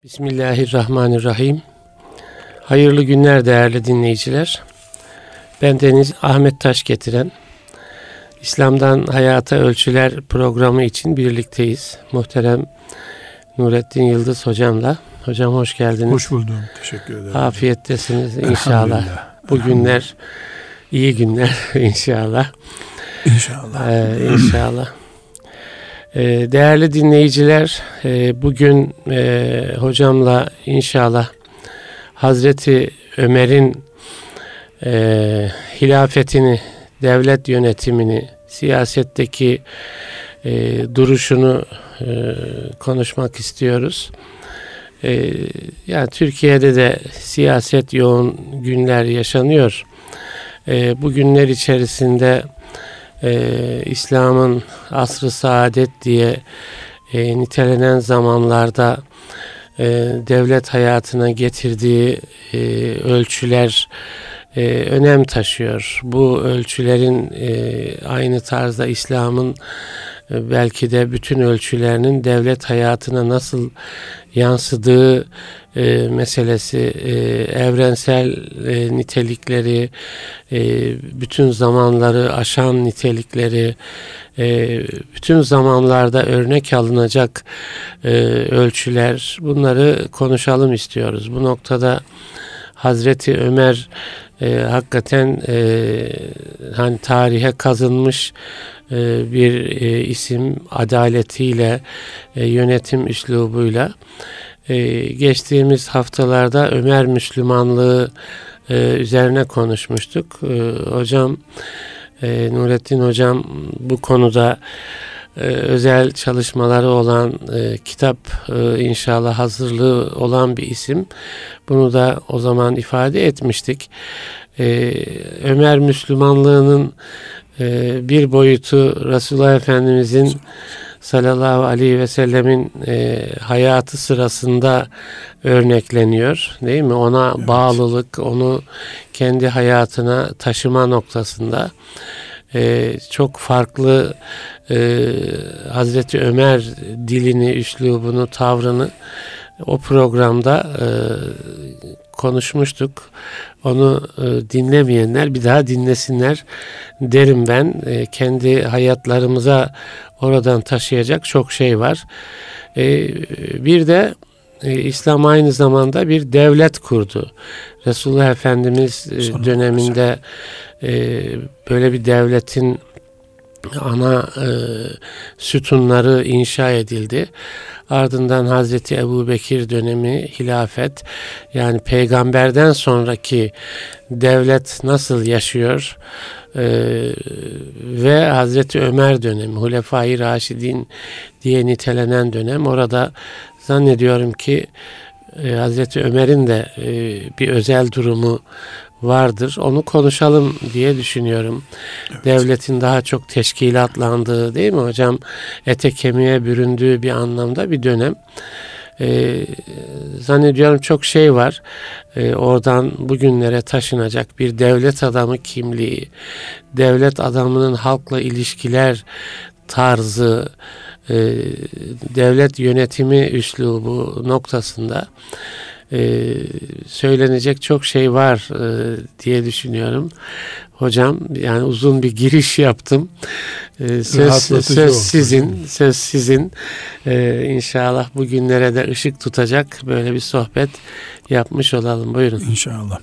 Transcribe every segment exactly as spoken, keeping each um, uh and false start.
Bismillahirrahmanirrahim. Hayırlı günler değerli dinleyiciler. Ben Deniz Ahmet Taş getiren İslam'dan Hayata Ölçüler programı için birlikteyiz. Muhterem Nurettin Yıldız hocamla. Hocam hoş geldiniz. Hoş buldum. Teşekkür ederim. Afiyettesiniz inşallah. Bu günler iyi günler inşallah. İnşallah. Ee, inşallah. Ee, değerli dinleyiciler, e, bugün e, hocamla inşallah Hazreti Ömer'in e, hilafetini, devlet yönetimini, siyasetteki e, duruşunu e, konuşmak istiyoruz. E, yani Türkiye'de de siyaset yoğun günler yaşanıyor. E, bu günler içerisinde Ee, İslam'ın asr-ı saadet diye e, nitelenen zamanlarda e, devlet hayatına getirdiği e, ölçüler e, önem taşıyor. Bu ölçülerin e, aynı tarzda İslam'ın e, belki de bütün ölçülerinin devlet hayatına nasıl yansıdığı e, meselesi, e, evrensel e, nitelikleri, e, bütün zamanları aşan nitelikleri, e, bütün zamanlarda örnek alınacak e, ölçüler, bunları konuşalım istiyoruz. Bu noktada Hazreti Ömer e, hakikaten e, hani tarihe kazınmış e, bir e, isim, adaletiyle, e, yönetim üslubuyla. Ee, geçtiğimiz haftalarda Ömer Müslümanlığı e, üzerine konuşmuştuk. Ee, hocam, e, Nurettin hocam bu konuda e, özel çalışmaları olan, e, kitap e, inşallah hazırlığı olan bir isim. Bunu da o zaman ifade etmiştik. Ee, Ömer Müslümanlığının e, bir boyutu Resulullah Efendimizin sallallahu aleyhi ve sellemin e, hayatı sırasında örnekleniyor, değil mi? Ona evet. Bağlılık, onu kendi hayatına taşıma noktasında e, çok farklı e, Hazreti Ömer dilini, üslubunu, tavrını o programda e, konuşmuştuk. Onu e, dinlemeyenler bir daha dinlesinler derim ben. E, kendi hayatlarımıza oradan taşıyacak çok şey var. E, bir de e, İslam aynı zamanda bir devlet kurdu. Resulullah Efendimiz e, döneminde e, böyle bir devletin ana e, sütunları inşa edildi. Ardından Hazreti Ebubekir dönemi, hilafet, yani peygamberden sonraki devlet nasıl yaşıyor ee, ve Hazreti Ömer dönemi, Hulefai Raşidin diye nitelenen dönem. Orada zannediyorum ki e, Hazreti Ömer'in de e, bir özel durumu vardır. Onu konuşalım diye düşünüyorum. Evet. Devletin daha çok teşkilatlandığı, değil mi hocam? Ete kemiğe büründüğü bir anlamda bir dönem. Ee, zannediyorum çok şey var. Ee, oradan bugünlere taşınacak bir devlet adamı kimliği, devlet adamının halkla ilişkiler tarzı, e, devlet yönetimi üslubu noktasında Ee, söylenecek çok şey var e, diye düşünüyorum. Hocam, yani uzun bir giriş yaptım. Ee, söz söz sizin, söz sizin. Ee, İnşallah bugünlere de ışık tutacak böyle bir sohbet yapmış olalım. Buyurun. İnşallah.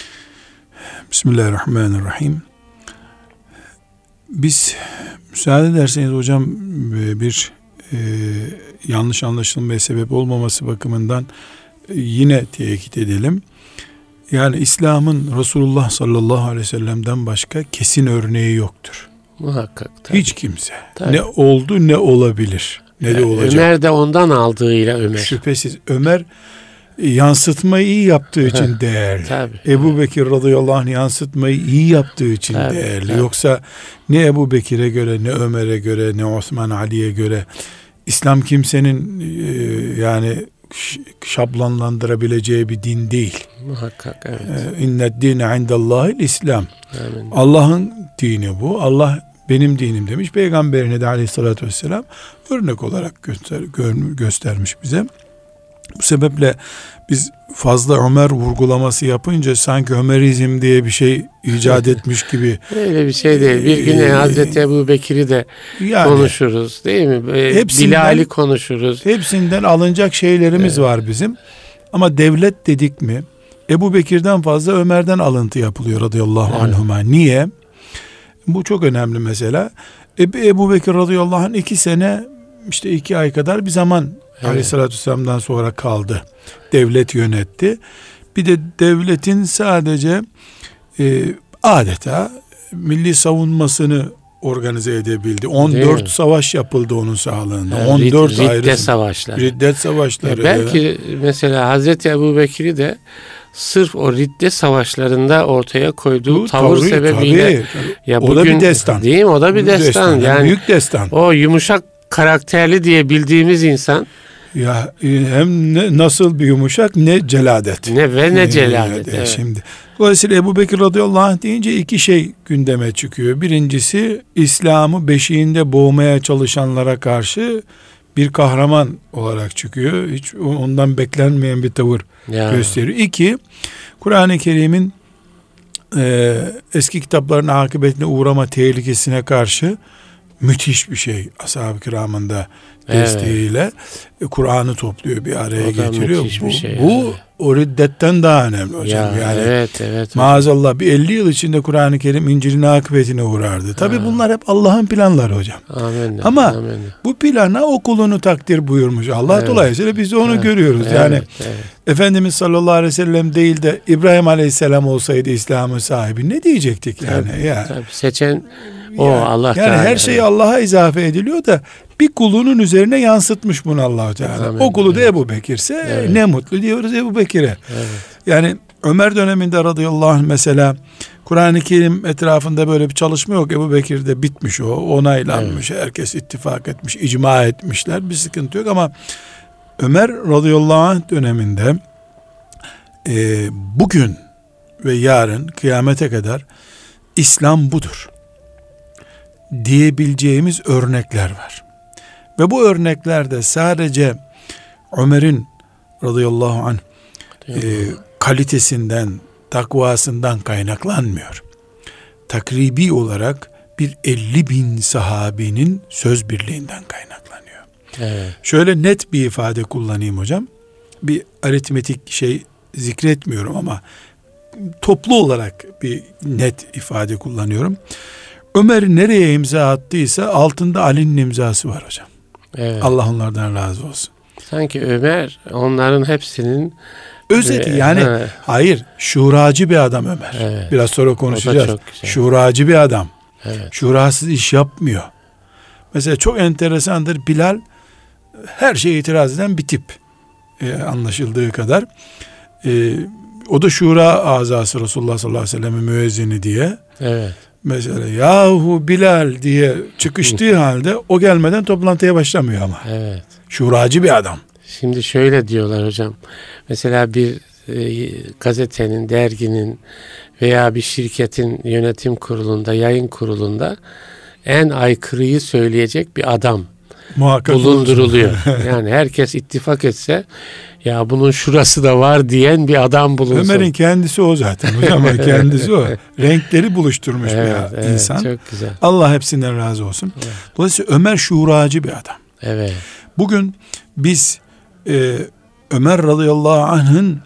Bismillahirrahmanirrahim. Biz müsaade ederseniz hocam bir e, yanlış anlaşılmaya sebep olmaması bakımından yine tekit edelim. Yani İslam'ın Resulullah sallallahu aleyhi ve sellem'den başka kesin örneği yoktur. Muhakkak. Tabii. Hiç kimse. Tabii. Ne oldu ne olabilir. Ne yani de olacak. Ömer de ondan aldığıyla Ömer. Şüphesiz. Ömer yansıtmayı iyi yaptığı için değerli. Tabii. Ebu Bekir radıyallahu anh yansıtmayı iyi yaptığı için tabii, değerli. Tabii. Yoksa ne Ebu Bekir'e göre, ne Ömer'e göre, ne Osman Ali'ye göre İslam kimsenin e, yani şablonlandırabileceği bir din değil. Muhakkak, evet. İnned dîne indellâhil İslam. Allah'ın dini bu. Allah benim dinim demiş. Peygamberine de aleyhissalatü vesselam örnek olarak göster, gö, göstermiş bize. Bu sebeple biz fazla Ömer vurgulaması yapınca sanki Ömerizm diye bir şey icat etmiş gibi. Öyle bir şey değil. Bir gün ee, Hazreti Ebu Bekir'i de yani, konuşuruz değil mi? Hepsinden, Bilal'i konuşuruz. Hepsinden alınacak şeylerimiz evet. var bizim. Ama devlet dedik mi Ebu Bekir'den fazla Ömer'den alıntı yapılıyor radıyallahu evet. anhuma. Niye? Bu çok önemli mesela. Ebu, Ebu Bekir radıyallahu anh iki sene işte iki ay kadar bir zaman evet. Aleyhisselatü Vesselam'dan sonra kaldı. Devlet yönetti. Bir de devletin sadece e, adeta milli savunmasını organize edebildi. on dört savaş yapıldı onun sağlığında. Yani on dört riddet ayrı savaşları. Riddet savaşları. Ya belki ya. Mesela Hazreti Ebubekir'i de sırf o riddet savaşlarında ortaya koyduğu Bu, tavır tabii, sebebiyle tabii, tabii. Ya o bugün, da bir destan. Değil mi? O da bir destan. destan. Yani, yani büyük destan. O yumuşak karakterli diye bildiğimiz insan ya hem ne, nasıl bir yumuşak ne celadet. Ne ve ne celadet. Ee, evet. Şimdi dolayısıyla Ebu Bekir radıyallahu anh deyince iki şey gündeme çıkıyor. Birincisi İslam'ı beşiğinde boğmaya çalışanlara karşı bir kahraman olarak çıkıyor. Hiç ondan beklenmeyen bir tavır ya. gösteriyor. İki, Kur'an-ı Kerim'in e, eski kitapların akıbetine uğrama tehlikesine karşı müthiş bir şey. Ashab-ı kiramın da desteğiyle evet. Kur'an'ı topluyor, bir araya getiriyor. Bu, şey bu yani. O riddetten daha önemli hocam. Ya, yani evet, evet. Maazallah bir elli yıl içinde Kur'an-ı Kerim İncil'in akıbetine uğrardı. Tabii bunlar hep Allah'ın planları hocam. Amin. Ama Amin. bu plana o kulunu takdir buyurmuş Allah. Evet. Dolayısıyla biz de onu evet. görüyoruz. Evet. Yani evet. Efendimiz sallallahu aleyhi ve sellem değil de İbrahim aleyhisselam olsaydı İslam'ın sahibi ne diyecektik yani? Tabii, yani. tabii. Seçen o yani, Allah Yani her şey yani. Allah'a izafe ediliyor da bir kulunun üzerine yansıtmış bunu Allah Teala. Amin. O kulu da evet. Ebu Bekir'se evet. ne mutlu diyoruz Ebu Bekir'e. Evet. Yani Ömer döneminde radıyallahu anh mesela Kur'an-ı Kerim etrafında böyle bir çalışma yok. Ebu Bekir'de bitmiş o. Onaylanmış. Evet. Herkes ittifak etmiş. İcma etmişler. Bir sıkıntı yok ama Ömer radıyallahu anh döneminde e, bugün ve yarın kıyamete kadar İslam budur diyebileceğimiz örnekler var. Ve bu örneklerde sadece Ömer'in radıyallahu anh e, kalitesinden, takvasından kaynaklanmıyor. Takribi olarak bir elli bin sahabinin söz birliğinden kaynaklanıyor. Evet. Şöyle net bir ifade kullanayım hocam. Bir aritmetik şey zikretmiyorum ama toplu olarak bir net ifade kullanıyorum. Ömer nereye imza attıysa altında Ali'nin imzası var hocam. Evet. Allah onlardan razı olsun. Sanki Ömer onların hepsinin özeti yani he. hayır şuracı bir adam Ömer. Evet. Biraz sonra konuşacağız. Şuracı bir adam. Evet. Şurasız iş yapmıyor. Mesela çok enteresandır, Bilal her şeye itiraz eden bir tip ee, anlaşıldığı kadar. Ee, o da şura azası Resulullah sallallahu aleyhi ve sellem'in müezzini diye. Evet. Mesela yahu Bilal diye çıkıştığı halde o gelmeden toplantıya başlamıyor ama. Evet. Şuracı bir adam. Şimdi şöyle diyorlar hocam. Mesela bir e, gazetenin, derginin veya bir şirketin yönetim kurulunda, yayın kurulunda en aykırıyı söyleyecek bir adam muhakkak bulunduruluyor. Yani herkes ittifak etse ya bunun şurası da var diyen bir adam bulunsun. Ömer'in kendisi o zaten hocam. Kendisi o. Renkleri buluşturmuş evet, bir evet, insan. Çok güzel. Allah hepsinden razı olsun. Evet. Dolayısıyla Ömer şuracı bir adam. Evet. Bugün biz e, Ömer radıyallahu anh'ın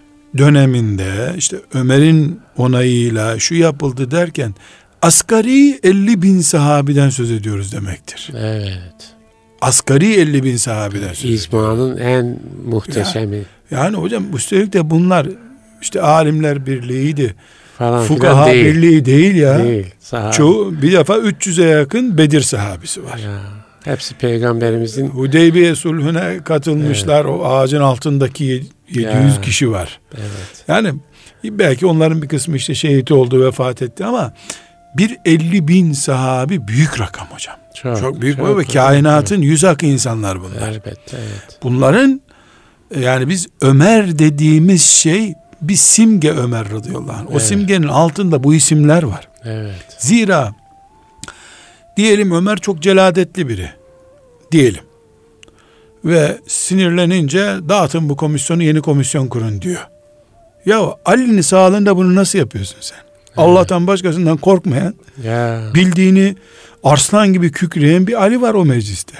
döneminde işte Ömer'in onayıyla şu yapıldı derken asgari elli bin sahabiden söz ediyoruz demektir. Evet. Asgari elli bin sahabeden söz ediyoruz. İcmanın en muhteşemi. Ya, yani hocam üstelik de bunlar işte alimler birliğiydi. Falan fukaha değil. birliği değil ya. Değil. Çoğu, bir defa üç yüze yakın Bedir sahabisi var. Ya, hepsi peygamberimizin. Hudeybiye sulhüne katılmışlar. Evet. O ağacın altındaki yedi yüz ya. kişi var. Evet. Yani belki onların bir kısmı işte şehit oldu, vefat etti ama bir elli bin sahabi büyük rakam hocam. Çok, çok büyük çok, ve kainatın yüz akı insanlar bunlar. Elbette, evet. Bunların yani biz Ömer dediğimiz şey bir simge Ömer radıyallahu anh. O evet. simgenin altında bu isimler var. Evet. Zira diyelim Ömer çok celadetli biri. Diyelim. ve sinirlenince dağıtın bu komisyonu, yeni komisyon kurun diyor. Ya Ali'nin sağlığında bunu nasıl yapıyorsun sen? Evet. Allah'tan başkasından korkmayan, ya. bildiğini arslan gibi kükreyen bir Ali var o mecliste.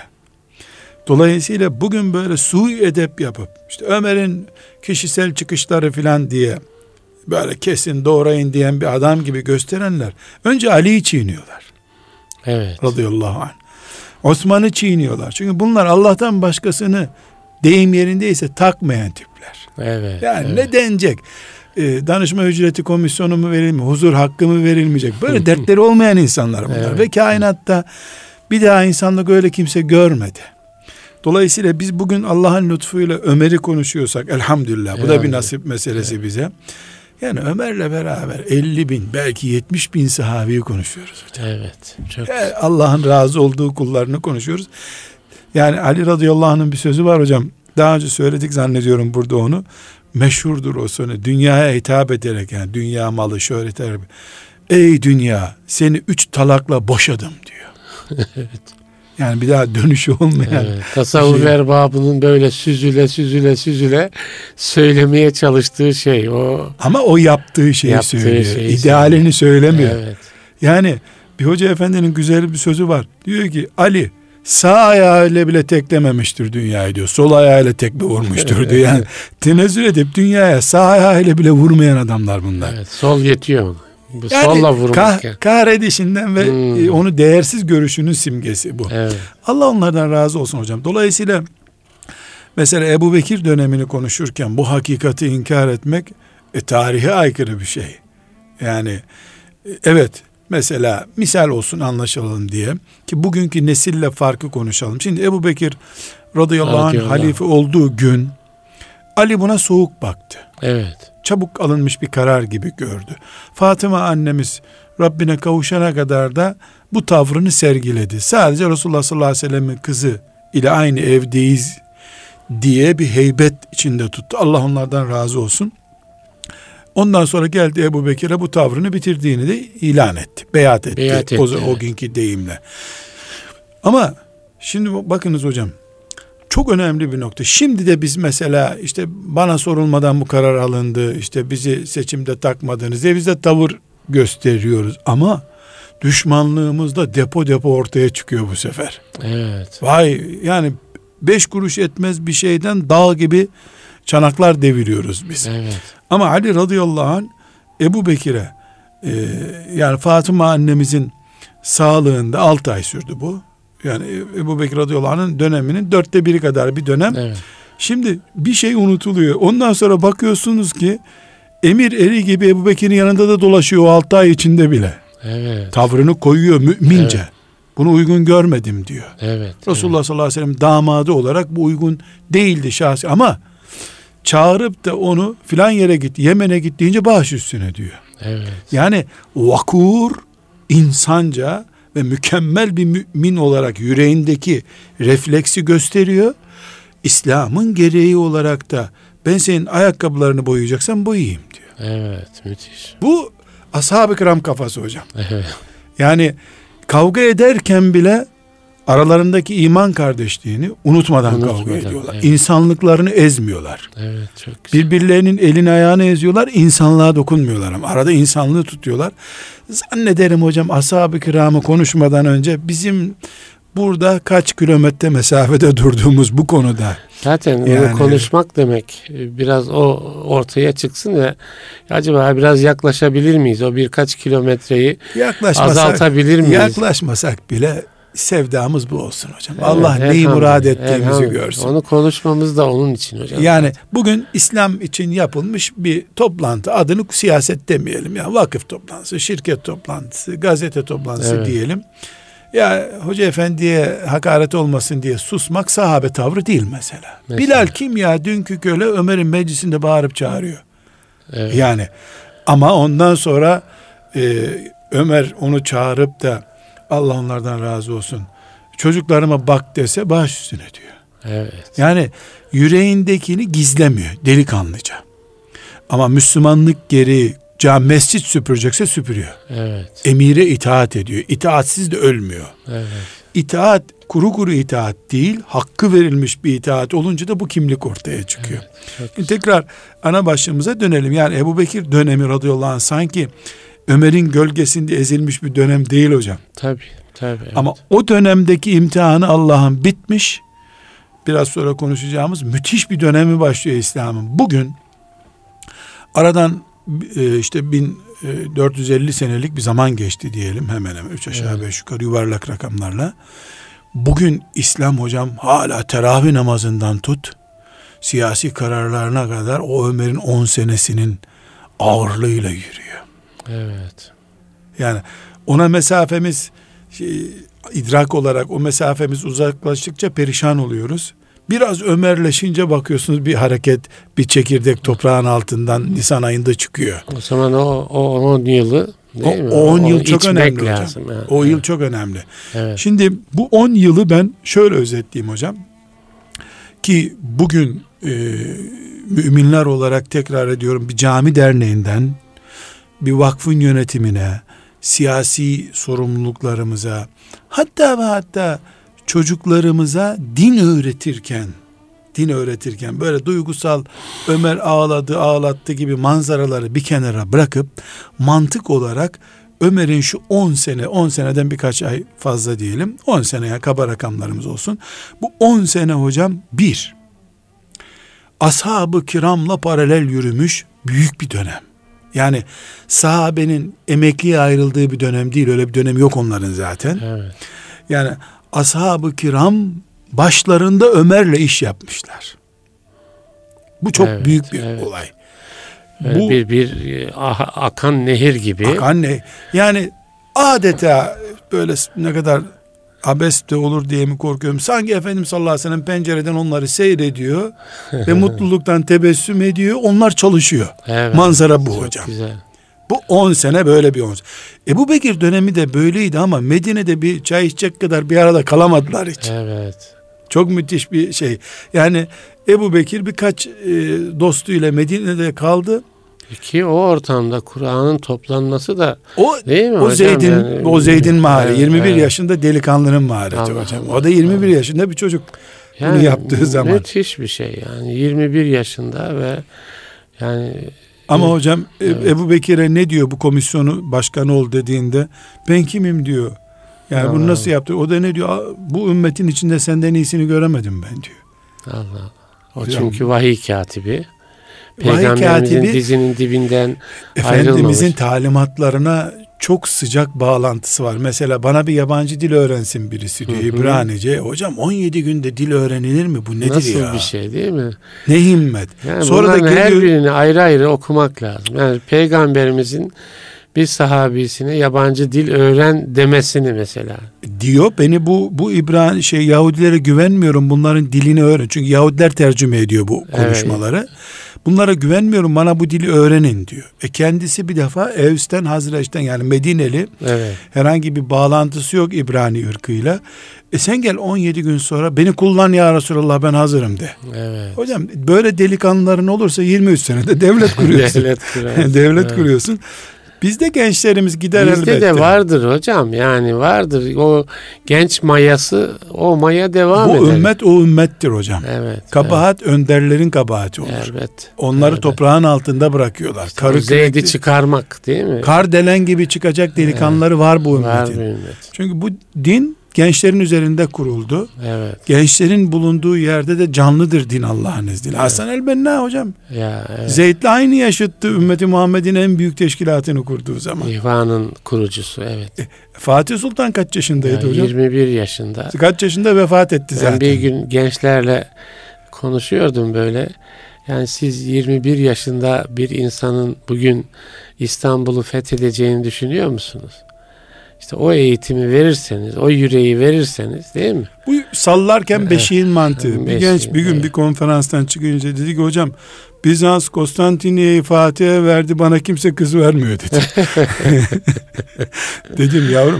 Dolayısıyla bugün böyle sui edep yapıp işte Ömer'in kişisel çıkışları filan diye böyle kesin doğrayın diyen bir adam gibi gösterenler önce Ali'yi çiğniyorlar. Evet. Radıyallahu anh. Osman'ı çiğniyorlar. Çünkü bunlar Allah'tan başkasını deyim yerindeyse takmayan tipler. Evet. Yani evet. ne denecek? Ee, danışma ücreti komisyonu mu verilmeyecek? Huzur hakkı mı verilmeyecek? Böyle dertleri olmayan insanlar bunlar. Evet. Ve kainatta bir daha insanlık öyle kimse görmedi. Dolayısıyla biz bugün Allah'ın lütfuyla Ömer'i konuşuyorsak elhamdülillah. Bu yani. da bir nasip meselesi evet. bize. Yani Ömer'le beraber elli bin belki yetmiş bin sahabeyi konuşuyoruz hocam. Evet. Çok yani Allah'ın razı olduğu kullarını konuşuyoruz. Yani Ali radıyallahu anh'ın bir sözü var hocam. Daha önce söyledik zannediyorum burada onu. Meşhurdur o sonu. Dünyaya hitap ederek, yani dünya malı, şöhret ederek. Ey dünya, seni üç talakla boşadım diyor. Evet. Yani bir daha dönüşü olmayan. Evet, tasavvuf şey. erbabının böyle süzüle süzüle süzüle söylemeye çalıştığı şey o. Ama o yaptığı şeyi yaptığı söylüyor. Şeyi İdealini söylüyor. söylemiyor. Evet. Yani bir hoca efendinin güzel bir sözü var. Diyor ki Ali sağ ayağıyla bile teklememiştir dünyayı diyor. Sol ayağıyla tekme vurmuştur diyor. Yani tenezzül edip dünyaya sağ ayağıyla bile vurmayan adamlar bunlar. Evet, sol yetiyor ona. Bu yani solla vurmak. Kah, yani. Kahredişinden ve hmm. onu değersiz görüşünün simgesi bu. Evet. Allah onlardan razı olsun hocam. Dolayısıyla mesela Ebu Bekir dönemini konuşurken bu hakikati inkar etmek e, tarihe aykırı bir şey. Yani evet, mesela misal olsun anlaşılalım diye ki bugünkü nesille farkı konuşalım. Şimdi Ebu Bekir radıyallahu anh halife olduğu gün Ali buna soğuk baktı. Evet. Çabuk alınmış bir karar gibi gördü. Fatıma annemiz Rabbine kavuşana kadar da bu tavrını sergiledi. Sadece Resulullah sallallahu aleyhi ve sellem'in kızı ile aynı evdeyiz diye bir heybet içinde tuttu. Allah onlardan razı olsun. Ondan sonra geldi Ebu Bekir'e bu tavrını bitirdiğini de ilan etti. Beyat etti. Beyat etti o, evet. o günkü deyimle. Ama şimdi bakınız hocam. Çok önemli bir nokta. Şimdi de biz mesela işte bana sorulmadan bu karar alındı, işte bizi seçimde takmadınız diye biz de tavır gösteriyoruz. Ama düşmanlığımız da depo depo ortaya çıkıyor bu sefer. Evet. Vay, yani beş kuruş etmez bir şeyden dağ gibi çanaklar deviriyoruz biz. Evet. Ama Ali radıyallahu anh Ebu Bekir'e e, yani Fatıma annemizin sağlığında altı ay sürdü bu. Yani Ebu Bekir radıyallahu anh'ın döneminin dörtte biri kadar bir dönem. Evet. Şimdi bir şey unutuluyor. Ondan sonra bakıyorsunuz ki emir eri gibi Ebu Bekir'in yanında da dolaşıyor o altı ay içinde bile. Evet. Tavrını koyuyor mümince. Evet. Bunu uygun görmedim diyor. Evet. Resulullah evet. sallallahu aleyhi ve sellem damadı olarak bu uygun değildi şahsi. Ama çağırıp da onu filan yere git, Yemen'e git deyince baş üstüne diyor. Evet. Yani vakur, insanca ve mükemmel bir mümin olarak yüreğindeki refleksi gösteriyor. İslam'ın gereği olarak da ben senin ayakkabılarını boyayacaksam boyayayım diyor. Evet, müthiş. Bu ashab-ı kiram kafası hocam. Evet. Yani kavga ederken bile aralarındaki iman kardeşliğini unutmadan, unutmadan kavga ediyorlar. Evet. İnsanlıklarını ezmiyorlar. Evet, çok güzel. Birbirlerinin elini ayağını eziyorlar, insanlığa dokunmuyorlar ama arada insanlığı tutuyorlar. Zannederim hocam ashab-ı kiramı konuşmadan önce bizim burada kaç kilometre mesafede durduğumuz bu konuda. Zaten yani, onu konuşmak demek biraz o ortaya çıksın ve acaba biraz yaklaşabilir miyiz? O birkaç kilometreyi azaltabilir miyiz? Yaklaşmasak bile sevdamız bu olsun hocam. Evet, Allah neyi murad ettiğimizi görsün. Onu konuşmamız da onun için hocam. Yani bugün İslam için yapılmış bir toplantı, adını siyaset demeyelim ya, vakıf toplantısı, şirket toplantısı, gazete toplantısı evet. diyelim. Ya hoca efendiye hakaret olmasın diye susmak sahabe tavrı değil mesela. mesela. Bilal kim ya, dünkü köle Ömer'in meclisinde bağırıp çağırıyor. Evet. Yani ama ondan sonra e, Ömer onu çağırıp da Allah onlardan razı olsun, çocuklarıma bak dese baş üstüne diyor. Evet. Yani yüreğindekini gizlemiyor delikanlıca. Ama Müslümanlık gereği cami mescit süpürecekse süpürüyor. Evet. Emire itaat ediyor. İtaatsiz de ölmüyor. Evet. itaat kuru kuru itaat değil, hakkı verilmiş bir itaat olunca da bu kimlik ortaya çıkıyor. Evet, tekrar ana başlığımıza dönelim. Yani Ebu Bekir dönemi radıyallahu anh sanki Ömer'in gölgesinde ezilmiş bir dönem değil hocam. Tabii, tabii. Evet. Ama o dönemdeki imtihanı Allah'ın bitmiş, biraz sonra konuşacağımız müthiş bir dönemi başlıyor İslam'ın. Bugün aradan e, işte bin dört yüz elli senelik bir zaman geçti diyelim, hemen hemen üç aşağı evet. beş yukarı yuvarlak rakamlarla. Bugün İslam hocam hala teravih namazından tut, siyasi kararlarına kadar o Ömer'in on senesinin ağırlığıyla yürüyor. Evet. Yani ona mesafemiz şey, idrak olarak o mesafemiz uzaklaştıkça perişan oluyoruz. Biraz Ömerleşince bakıyorsunuz bir hareket, bir çekirdek toprağın altından Nisan ayında çıkıyor. O zaman o o on yılı değil o, mi? O on yıl o çok önemli lazım hocam. Yani. O evet. yıl çok önemli. Evet. Şimdi bu on yılı ben şöyle özetleyeyim hocam. Ki bugün e, müminler olarak tekrar ediyorum bir cami derneğinden bir vakfın yönetimine, siyasi sorumluluklarımıza, hatta ve hatta çocuklarımıza din öğretirken, din öğretirken böyle duygusal Ömer ağladı, ağlattı gibi manzaraları bir kenara bırakıp mantık olarak Ömer'in şu on sene, on seneden birkaç ay fazla diyelim, on seneye kaba rakamlarımız olsun. Bu on sene hocam bir, ashab-ı kiramla paralel yürümüş büyük bir dönem. Yani sahabenin emekliye ayrıldığı bir dönem değil, öyle bir dönem yok onların zaten. Evet. Yani ashab-ı kiram başlarında Ömer'le iş yapmışlar. Bu çok evet, büyük bir evet. olay. Evet, bu bir bir ah, akan nehir gibi. Akan nehir. Yani adeta böyle ne kadar abes de olur diye mi korkuyorum? Sanki Efendimiz sallallahu aleyhi ve sellem pencereden onları seyrediyor ve mutluluktan tebessüm ediyor. Onlar çalışıyor. Evet, manzara bu çok hocam. Güzel. Bu on sene böyle bir on sene. Ebu Bekir dönemi de böyleydi ama Medine'de bir çay içecek kadar bir arada kalamadılar hiç. Evet. Çok müthiş bir şey. Yani Ebu Bekir birkaç e, dostuyla Medine'de kaldı. Ki o ortamda Kur'an'ın toplanması da o, değil mi o hocam? Zeyd'in, yani, o Zeyd'in mahareti. Evet, yirmi bir evet. yaşında delikanlının mahareti Allah hocam. Allah, O da yirmi bir Allah. yaşında bir çocuk. Yani, bunu yaptığı zaman. Müthiş bir şey yani. yirmi bir yaşında ve yani ama evet, hocam evet. Ebu Bekir'e ne diyor bu komisyonu başkanı ol dediğinde, ben kimim diyor. Yani Allah bunu nasıl Allah. yaptı? O da ne diyor? Bu ümmetin içinde senden iyisini göremedim ben diyor. Allah Allah. O çünkü vahiy katibi. Vahiy Peygamberimizin katibi, dizinin dibinden Efendimizin ayrılmamış. talimatlarına çok sıcak bağlantısı var. Mesela bana bir yabancı dil öğrensin birisi diyor. Hı hı. İbranice. Hocam on yedi günde dil öğrenilir mi? Bu nedir Nasıl ya? Nasıl bir şey değil mi? Ne himmet. Yani sonra da her geliyor, birini ayrı ayrı okumak lazım. Yani Peygamberimizin bir sahabisine yabancı dil öğren demesini mesela. Diyor beni bu bu İbrani şey Yahudilere güvenmiyorum. Bunların dilini öğren. Çünkü Yahudiler tercüme ediyor bu konuşmaları. Evet. Bunlara güvenmiyorum, bana bu dili öğrenin diyor. E kendisi bir defa Evs'ten, Hazreç'ten yani Medineli. Evet. Herhangi bir bağlantısı yok İbrani ırkıyla. E sen gel on yedi gün sonra beni kullan ya Resulallah, ben hazırım de. Evet. Hocam böyle delikanlıların olursa yirmi üç senede devlet kuruyorsun. devlet kuruyorsun. devlet evet. kuruyorsun. Bizde gençlerimiz gider Bizde elbette. Bizde de vardır hocam, yani vardır. O genç mayası, o maya devam eder. Bu ümmet o ümmettir hocam. Evet. Kabahat evet. önderlerin kabahati olur. Evet. Onları evet. toprağın altında bırakıyorlar. İşte Karı Zeyd'i çıkarmak değil mi? Kardelen gibi çıkacak delikanlıları evet. var bu ümmetin. Var bu ümmet. Çünkü bu din gençlerin üzerinde kuruldu. Evet. Gençlerin bulunduğu yerde de canlıdır din Allah'ın izniyle. Evet. Hasan el-Benna hocam. Ya, evet. Zeyd'le aynı yaşıttı. Ümmeti Muhammed'in en büyük teşkilatını kurduğu zaman. İhvan'ın kurucusu, evet. E, Fatih Sultan kaç yaşındaydı ya, hocam? yirmi bir yaşında. Kaç yaşında vefat etti ben zaten. Ben bir gün gençlerle konuşuyordum böyle. Yani siz yirmi bir yaşında bir insanın bugün İstanbul'u fethedeceğini düşünüyor musunuz? İşte o eğitimi verirseniz, o yüreği verirseniz, değil mi? Bu sallarken beşiğin mantığı. Beşiğin, bir genç bir gün evet. bir konferanstan çıkınca dedi ki hocam Bizans Konstantiniye'yi Fatih'e verdi, bana kimse kız vermiyor dedi. Dedim yavrum,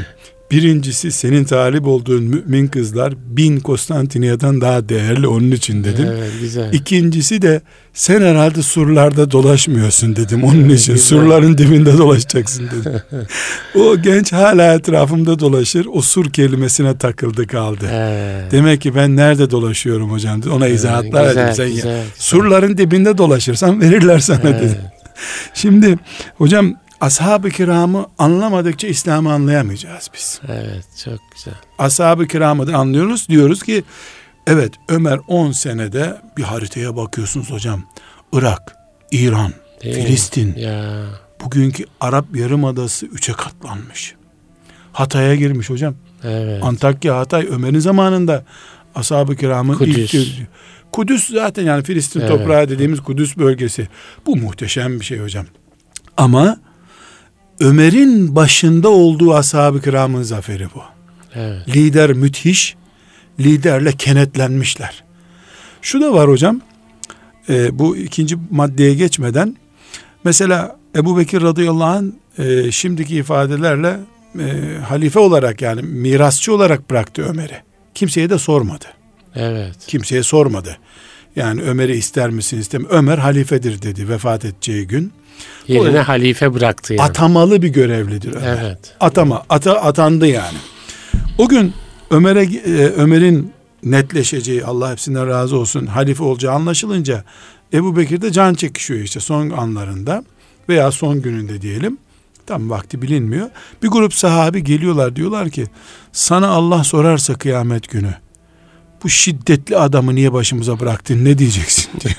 Birincisi, senin talip olduğun mümin kızlar bin Konstantiniyye'den daha değerli, onun için dedim. Evet, güzel. İkincisi de sen herhalde surlarda dolaşmıyorsun dedim. Onun Evet, için güzel. surların dibinde dolaşacaksın dedim. O genç hala etrafımda dolaşır. O sur kelimesine takıldı kaldı. Evet. Demek ki ben nerede dolaşıyorum hocam? Ona Evet, izahatlar güzel, edeyim. Sen güzel, ya, güzel. surların dibinde dolaşırsan verirler sana Evet. dedim. Şimdi hocam, ashab-ı kiramı anlamadıkça İslam'ı anlayamayacağız biz. Evet, çok güzel. Ashab-ı kiramı da anlıyoruz. Diyoruz ki evet, Ömer on senede bir haritaya bakıyorsunuz hocam. Irak, İran, Değil mi? Filistin. Ya. Bugünkü Arap Yarımadası üçe katlanmış. Hatay'a girmiş hocam. Evet. Antakya, Hatay Ömer'in zamanında ashab-ı kiramın Kudüs. ilk. Kudüs zaten, yani Filistin Evet. toprağı dediğimiz Kudüs bölgesi. Bu muhteşem bir şey hocam. Ama Ömer'in başında olduğu ashab-ı kiramın zaferi bu. Evet. Lider müthiş, liderle kenetlenmişler. Şu da var hocam, e, bu ikinci maddeye geçmeden, mesela Ebu Bekir radıyallahu anh e, şimdiki ifadelerle e, halife olarak, yani mirasçı olarak bıraktı Ömer'i. Kimseye de sormadı. Evet. Kimseye sormadı. Yani Ömer'i ister misin istem, Ömer halifedir dedi vefat edeceği gün. Yerine halife bıraktı yani. Atamalı bir görevlidir Ömer. Evet. Atama, ata, atandı yani. O gün Ömer'e e, Ömer'in netleşeceği, Allah hepsinden razı olsun, halife olacağı anlaşılınca Ebu Bekir de can çekişiyor işte son anlarında veya son gününde diyelim. Tam vakti bilinmiyor. Bir grup sahabi geliyorlar, diyorlar ki sana Allah sorarsa kıyamet günü bu şiddetli adamı niye başımıza bıraktın, ne diyeceksin diyor.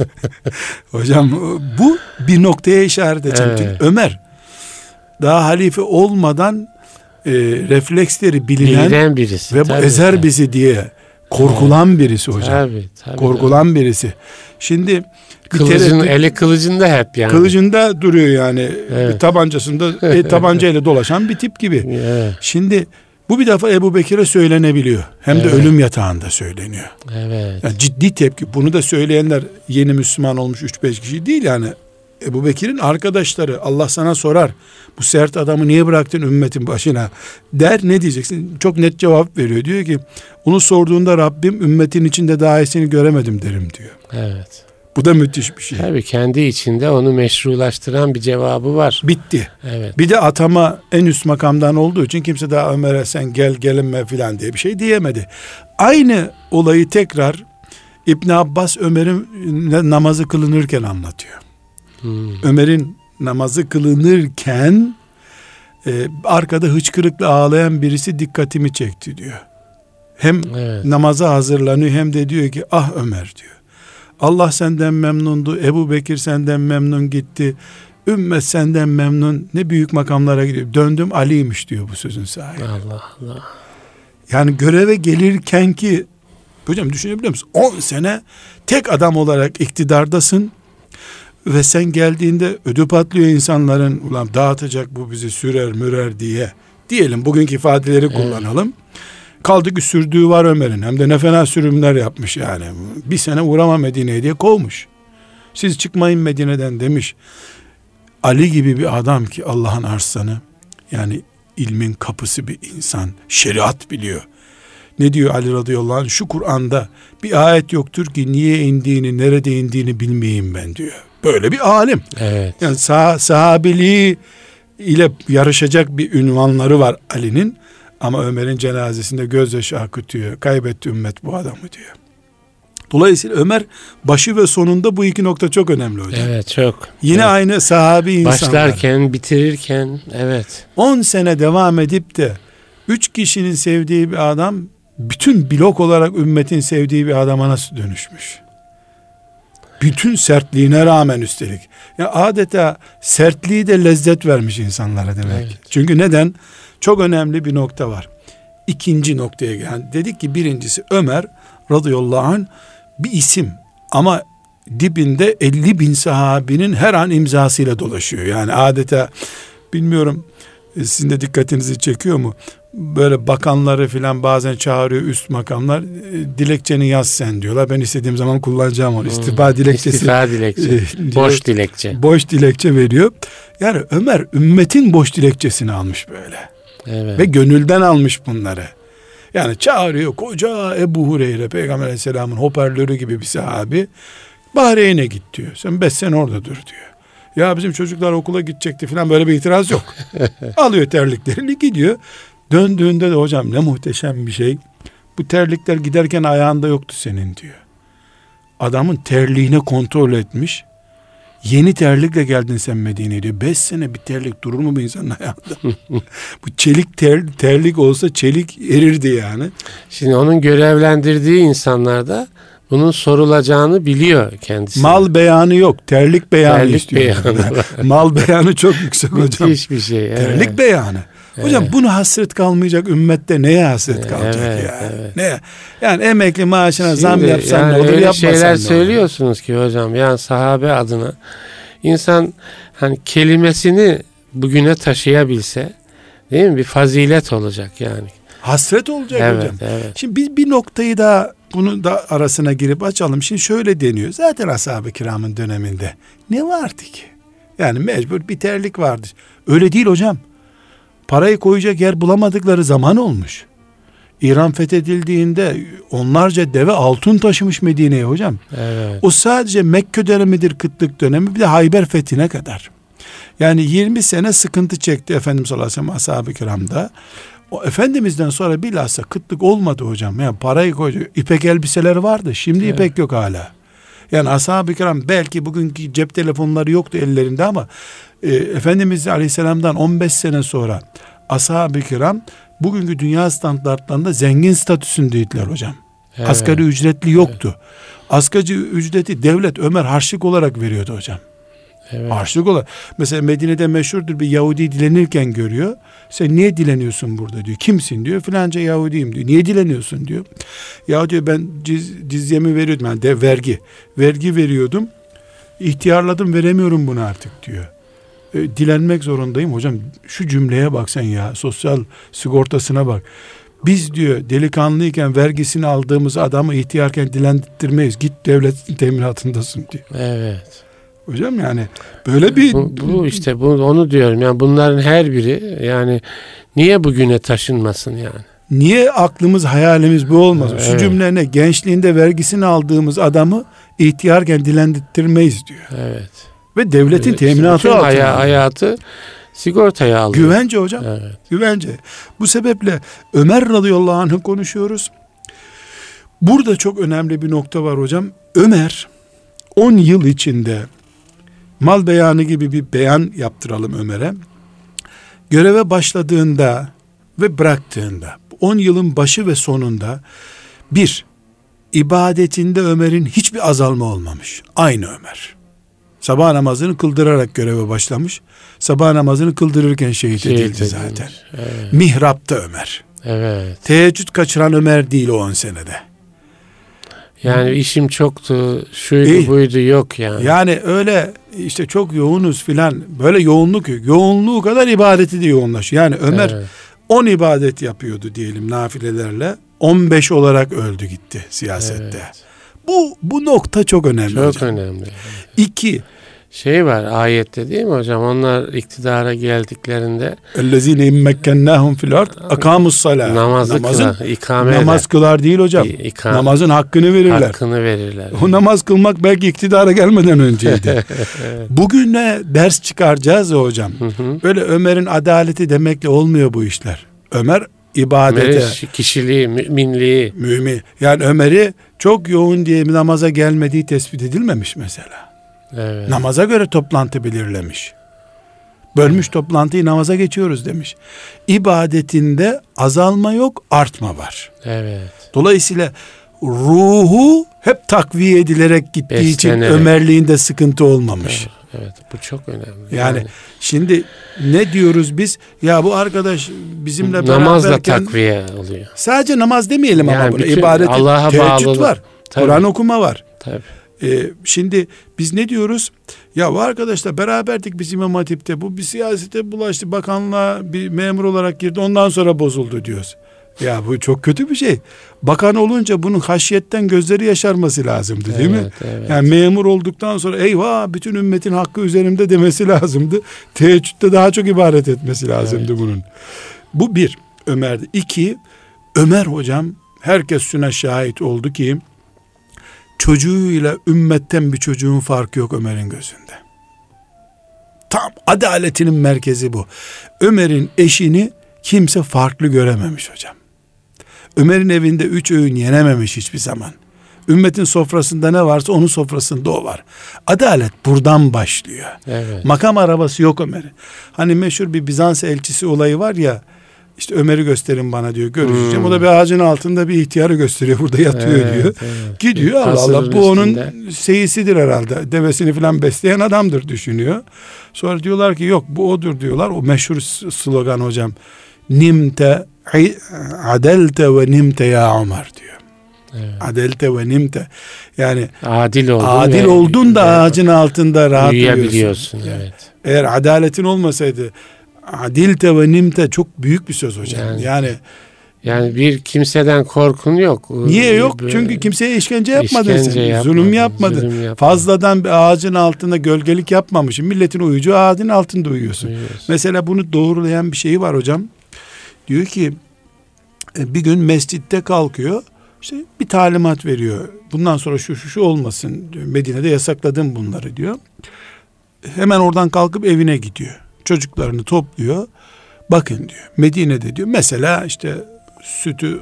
Hocam bu bir noktaya işaret edeceğim. Evet. Ömer daha halife olmadan e, refleksleri bilinen Bilinen birisi. ve bu Tabii, ezer tabii. bizi diye korkulan birisi hocam. Tabii, tabii. Korkulan birisi. Şimdi bir Kılıcın, tereddüt- eli kılıcında hep yani. kılıcında duruyor yani. Evet. Bir tabancasında e, tabancayla dolaşan bir tip gibi. Evet. Şimdi bu bir defa Ebu Bekir'e söylenebiliyor. Hem de Evet. ölüm yatağında söyleniyor. Evet. Yani ciddi tepki. Bunu da söyleyenler yeni Müslüman olmuş üç beş kişi değil yani. Ebu Bekir'in arkadaşları, Allah sana sorar, bu sert adamı niye bıraktın ümmetin başına der, ne diyeceksin? Çok net cevap veriyor. Diyor ki onu sorduğunda Rabbim ümmetin içinde daha iyisini göremedim derim diyor. Evet. Bu da müthiş bir şey. Tabii kendi içinde onu meşrulaştıran bir cevabı var. Bitti. Evet. Bir de atama en üst makamdan olduğu için kimse daha Ömer'e sen gel gelinme filan diye bir şey diyemedi. Aynı olayı tekrar İbn Abbas Ömer'in namazı kılınırken anlatıyor. Hmm. Ömer'in namazı kılınırken e, arkada hıçkırıkla ağlayan birisi dikkatimi çekti diyor. Hem Evet. namaza hazırlanıyor hem de diyor ki ah Ömer diyor. Allah senden memnundu. Ebu Bekir senden memnun gitti. Ümmet senden memnun. Ne büyük makamlara gidiyor. Döndüm Ali'ymiş diyor bu sözün sahibi. Allah Allah. Yani göreve gelirken ki hocam düşünebiliyor musun? on sene tek adam olarak iktidardasın ve sen geldiğinde ödü patlıyor insanların, ulan dağıtacak bu bizi, sürer mürer diye. Diyelim bugünkü ifadeleri Evet. kullanalım. Kaldı ki sürdüğü var Ömer'in. Hem de ne fena sürümler yapmış yani. Bir sene uğrama Medine'ye diye kovmuş. Siz çıkmayın Medine'den demiş. Ali gibi bir adam ki Allah'ın arslanı, yani ilmin kapısı bir insan, şeriat biliyor. Ne diyor Ali radıyallahu anh? Şu Kur'an'da bir ayet yoktur ki niye indiğini, nerede indiğini bilmeyeyim ben diyor. Böyle bir alim. Evet. Yani sah- sahabiliği ile yarışacak bir ünvanları var Ali'nin. Ama Ömer'in cenazesinde gözyaşı akıtıyor. Kaybetti ümmet bu adamı diyor. Dolayısıyla Ömer başı ve sonunda bu iki nokta çok önemli hocam. Evet, çok. Yine Evet. aynı sahabi insanlar. Başlarken, bitirirken, evet. on sene devam edip de üç kişinin sevdiği bir adam bütün blok olarak ümmetin sevdiği bir adama nasıl dönüşmüş? Bütün sertliğine rağmen üstelik. Ya adeta sertliği de lezzet vermiş insanlara demek. Evet. Çünkü neden? Çok önemli bir nokta var. İkinci noktaya yani dedik ki birincisi Ömer radıyallahu anh bir isim ama dibinde elli bin sahabinin her an imzasıyla dolaşıyor. Yani adeta bilmiyorum sizin de dikkatinizi çekiyor mu? Böyle bakanları filan bazen çağırıyor üst makamlar. Dilekçeni yaz sen diyorlar. Ben istediğim zaman kullanacağım onu. İstifa hmm, dilekçesi. İstifa dilekçe. Boş dilekçe. Boş dilekçe veriyor. Yani Ömer ümmetin boş dilekçesini almış böyle. Evet. Ve gönülden almış bunları. Yani çağırıyor koca Ebu Hureyre, Peygamber Aleyhisselam'ın hoparlörü gibi bir sahabi, Bahreyn'e git diyor. Sen beş sene orada dur diyor. Ya bizim çocuklar okula gidecekti falan, böyle bir itiraz yok. Alıyor terliklerini gidiyor. Döndüğünde de hocam ne muhteşem bir şey. Bu terlikler giderken ayağında yoktu senin diyor. Adamın terliğine kontrol etmiş. Yeni terlikle geldin sen Medine'ye diyor. Beş sene bir terlik durur mu bir insanın ayağında? Bu çelik ter, terlik olsa çelik erirdi yani. Şimdi onun görevlendirdiği insanlar da bunun sorulacağını biliyor kendisi. Mal beyanı yok. Terlik beyanı terlik istiyor. Beyanı Mal beyanı çok yüksek hocam. Müthiş bir şey. Evet. Terlik beyanı. Hocam evet. Bunu hasret kalmayacak ümmette neye hasret kalacak evet, ya? Evet. Ne? Yani emekli maaşına Şimdi, zam yapsan yani ne olur, öyle yapmasan şeyler ne olur? söylüyorsunuz ki hocam, yani sahabe adına insan hani kelimesini bugüne taşıyabilse, değil mi? Bir fazilet olacak yani. Hasret olacak evet, hocam. Evet. Şimdi biz bir noktayı da bunu da arasına girip açalım. Şimdi şöyle deniyor. Zaten ashab-ı kiramın döneminde ne vardı ki? Yani mecbur bir terlik vardı. Öyle değil hocam. Parayı koyacak yer bulamadıkları zaman olmuş. İran fethedildiğinde onlarca deve altın taşımış Medine'ye hocam. Evet. O sadece Mekke dönemidir, kıtlık dönemi, bir de Hayber fethine kadar. Yani yirmi sene sıkıntı çekti Efendimiz sallallahu aleyhi ve sellem ashab-ı kiramda. O Efendimiz'den sonra bilhassa kıtlık olmadı hocam. Yani parayı koydu. İpek elbiseler vardı. Şimdi evet. İpek yok hala. Yani ashab-ı kiram belki bugünkü cep telefonları yoktu ellerinde ama e, Efendimiz aleyhisselamdan on beş sene sonra ashab-ı kiram bugünkü dünya standartlarında zengin statüsündeydiler hocam. Evet. Asgari ücretli yoktu. Evet. Asgari ücreti devlet Ömer harçlık olarak veriyordu hocam. Evet. Harçlık olarak. Mesela Medine'de meşhurdur, bir Yahudi dilenirken görüyor. Sen niye dileniyorsun burada diyor. Kimsin diyor. Filanca Yahudiyim diyor. Niye dileniyorsun diyor. Ya diyor ben ciz, cizyemi veriyordum. Yani de vergi. Vergi veriyordum. İhtiyarladım, veremiyorum bunu artık diyor. E, dilenmek zorundayım. Hocam şu cümleye bak sen ya. Sosyal sigortasına bak. Biz diyor delikanlıyken vergisini aldığımız adamı ihtiyarken dilendirmeyiz. Git devletin teminatındasın diyor. Evet. Hocam yani böyle bir... Bu, bu işte bu, onu diyorum. Yani bunların her biri yani niye bugüne taşınmasın yani? Niye aklımız hayalimiz bu olmaz? Evet. Şu cümle ne? Gençliğinde vergisini aldığımız adamı ihtiyarken dilendirmeyiz diyor. Evet. Ve devletin evet, teminatı altında. Haya, hayatı sigortaya alıyor. Güvence hocam. Evet. Güvence. Bu sebeple Ömer radıyallahu anh'ı konuşuyoruz. Burada çok önemli bir nokta var hocam. Ömer on yıl içinde mal beyanı gibi bir beyan yaptıralım Ömer'e. Göreve başladığında ve bıraktığında on yılın başı ve sonunda bir, ibadetinde Ömer'in hiçbir azalma olmamış. Aynı Ömer. Sabah namazını kıldırarak göreve başlamış. Sabah namazını kıldırırken şehit, şehit edildi edilmiş. Zaten. Evet. Mihrapta Ömer. Evet. Teheccüd kaçıran Ömer değil o on senede. Yani işim çoktu, şuydu İyi. buydu yok yani. Yani öyle işte çok yoğunuz filan, böyle yoğunluk yok. Yoğunluğu kadar ibadeti de yoğunlaşıyor. Yani Ömer evet. on ibadet yapıyordu diyelim nafilelerle. on beş olarak öldü gitti siyasette. Evet. Bu bu nokta çok önemli çok hocam. önemli. İki, şey var ayette değil mi hocam? Onlar iktidara geldiklerinde اَلَّذ۪ينَ اِمَّكَّنَّاهُمْ فِي الْاَرْضِ اَقَامُ الصَّلَاةِ namazı Namazın, kılar, ikame namaz eder. kılar değil hocam. İkam, namazın hakkını verirler. Hakkını verirler. O namaz kılmak belki iktidara gelmeden önceydi. Bugüne ders çıkaracağız ya hocam. Hı hı. Böyle Ömer'in adaleti demekle olmuyor bu işler. Ömer ibadete, Ömer'in kişiliği, müminliği. Mümin. Yani Ömer'i çok yoğun diye namaza gelmediği tespit edilmemiş mesela. Evet. Namaza göre toplantı belirlemiş. Bölmüş toplantıyı, namaza geçiyoruz demiş. İbadetinde azalma yok, artma var. Evet. Dolayısıyla ruhu hep takviye edilerek gittiği Beslenerek. için Ömerliğinde sıkıntı olmamış. Evet, evet, bu çok önemli. Yani, yani şimdi ne diyoruz biz? Ya bu arkadaş bizimle beraberken namazla takviye oluyor. Sadece namaz demeyelim yani ama buna. İbadet, teheccüd var. Kur'an okuma var. Tabii. Ee, şimdi biz ne diyoruz? Ya bu arkadaşlar beraberdik biz İmam Hatip'te. Bu bir siyasete bulaştı. Bakanlığa bir memur olarak girdi. Ondan sonra bozuldu diyoruz. Ya bu çok kötü bir şey. Bakan olunca bunun haşiyetten gözleri yaşarması lazımdı değil evet, mi? Evet. Yani memur olduktan sonra eyvah bütün ümmetin hakkı üzerimde demesi lazımdı. Teheccüde daha çok ibadet etmesi lazımdı evet. bunun. Bu bir Ömer'de. İki, Ömer hocam, herkes şuna şahit oldu ki çocuğuyla ümmetten bir çocuğun farkı yok Ömer'in gözünde. Tam adaletinin merkezi bu. Ömer'in eşini kimse farklı görememiş hocam. Ömer'in evinde üç öğün yenememiş hiçbir zaman. Ümmetin sofrasında ne varsa onun sofrasında o var. Adalet buradan başlıyor. Evet. Makam arabası yok Ömer'in. Hani meşhur bir Bizans elçisi olayı var ya, işte Ömer'i gösterin bana diyor, görüşeceğim. Hmm. O da bir ağacın altında bir ihtiyarı gösteriyor, burada yatıyor evet, diyor. Evet. Gidiyor, Allah Allah, bu onun seyisidir herhalde. Devesini falan besleyen adamdır düşünüyor. Sonra diyorlar ki yok, bu odur diyorlar. O meşhur slogan hocam. Nimte adelte ve nimte ya Ömer diyor. Evet. Adelte ve nimte. Yani adil oldun, adil ve, oldun da ve ağacın altında rahat uyuyabiliyorsun. Evet. Eğer adaletin olmasaydı, adilte ve nimte çok büyük bir söz hocam. Yani yani, yani bir kimseden korkun yok. Niye yok? Böyle, çünkü kimseye işkence yapmadın işkence sen. Yapmadın, zulüm yapmadın. Zulüm yapmadın. Fazladan bir ağacın altında gölgelik yapmamışsın. Milletin uyucu ağacın altında uyuyorsun. Uyuyorsun. Mesela bunu doğrulayan bir şey var hocam. Diyor ki bir gün mescitte kalkıyor. İşte bir talimat veriyor. Bundan sonra şu şu şu olmasın diyor. Medine'de yasakladım bunları diyor. Hemen oradan kalkıp evine gidiyor. Çocuklarını topluyor. Bakın diyor, Medine'de diyor mesela işte sütü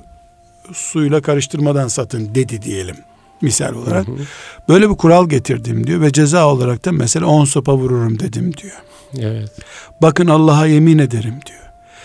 suyla karıştırmadan satın dedi diyelim misal olarak. Hı hı. Böyle bir kural getirdim diyor ve ceza olarak da mesela on sopa vururum dedim diyor. Evet. Bakın Allah'a yemin ederim diyor.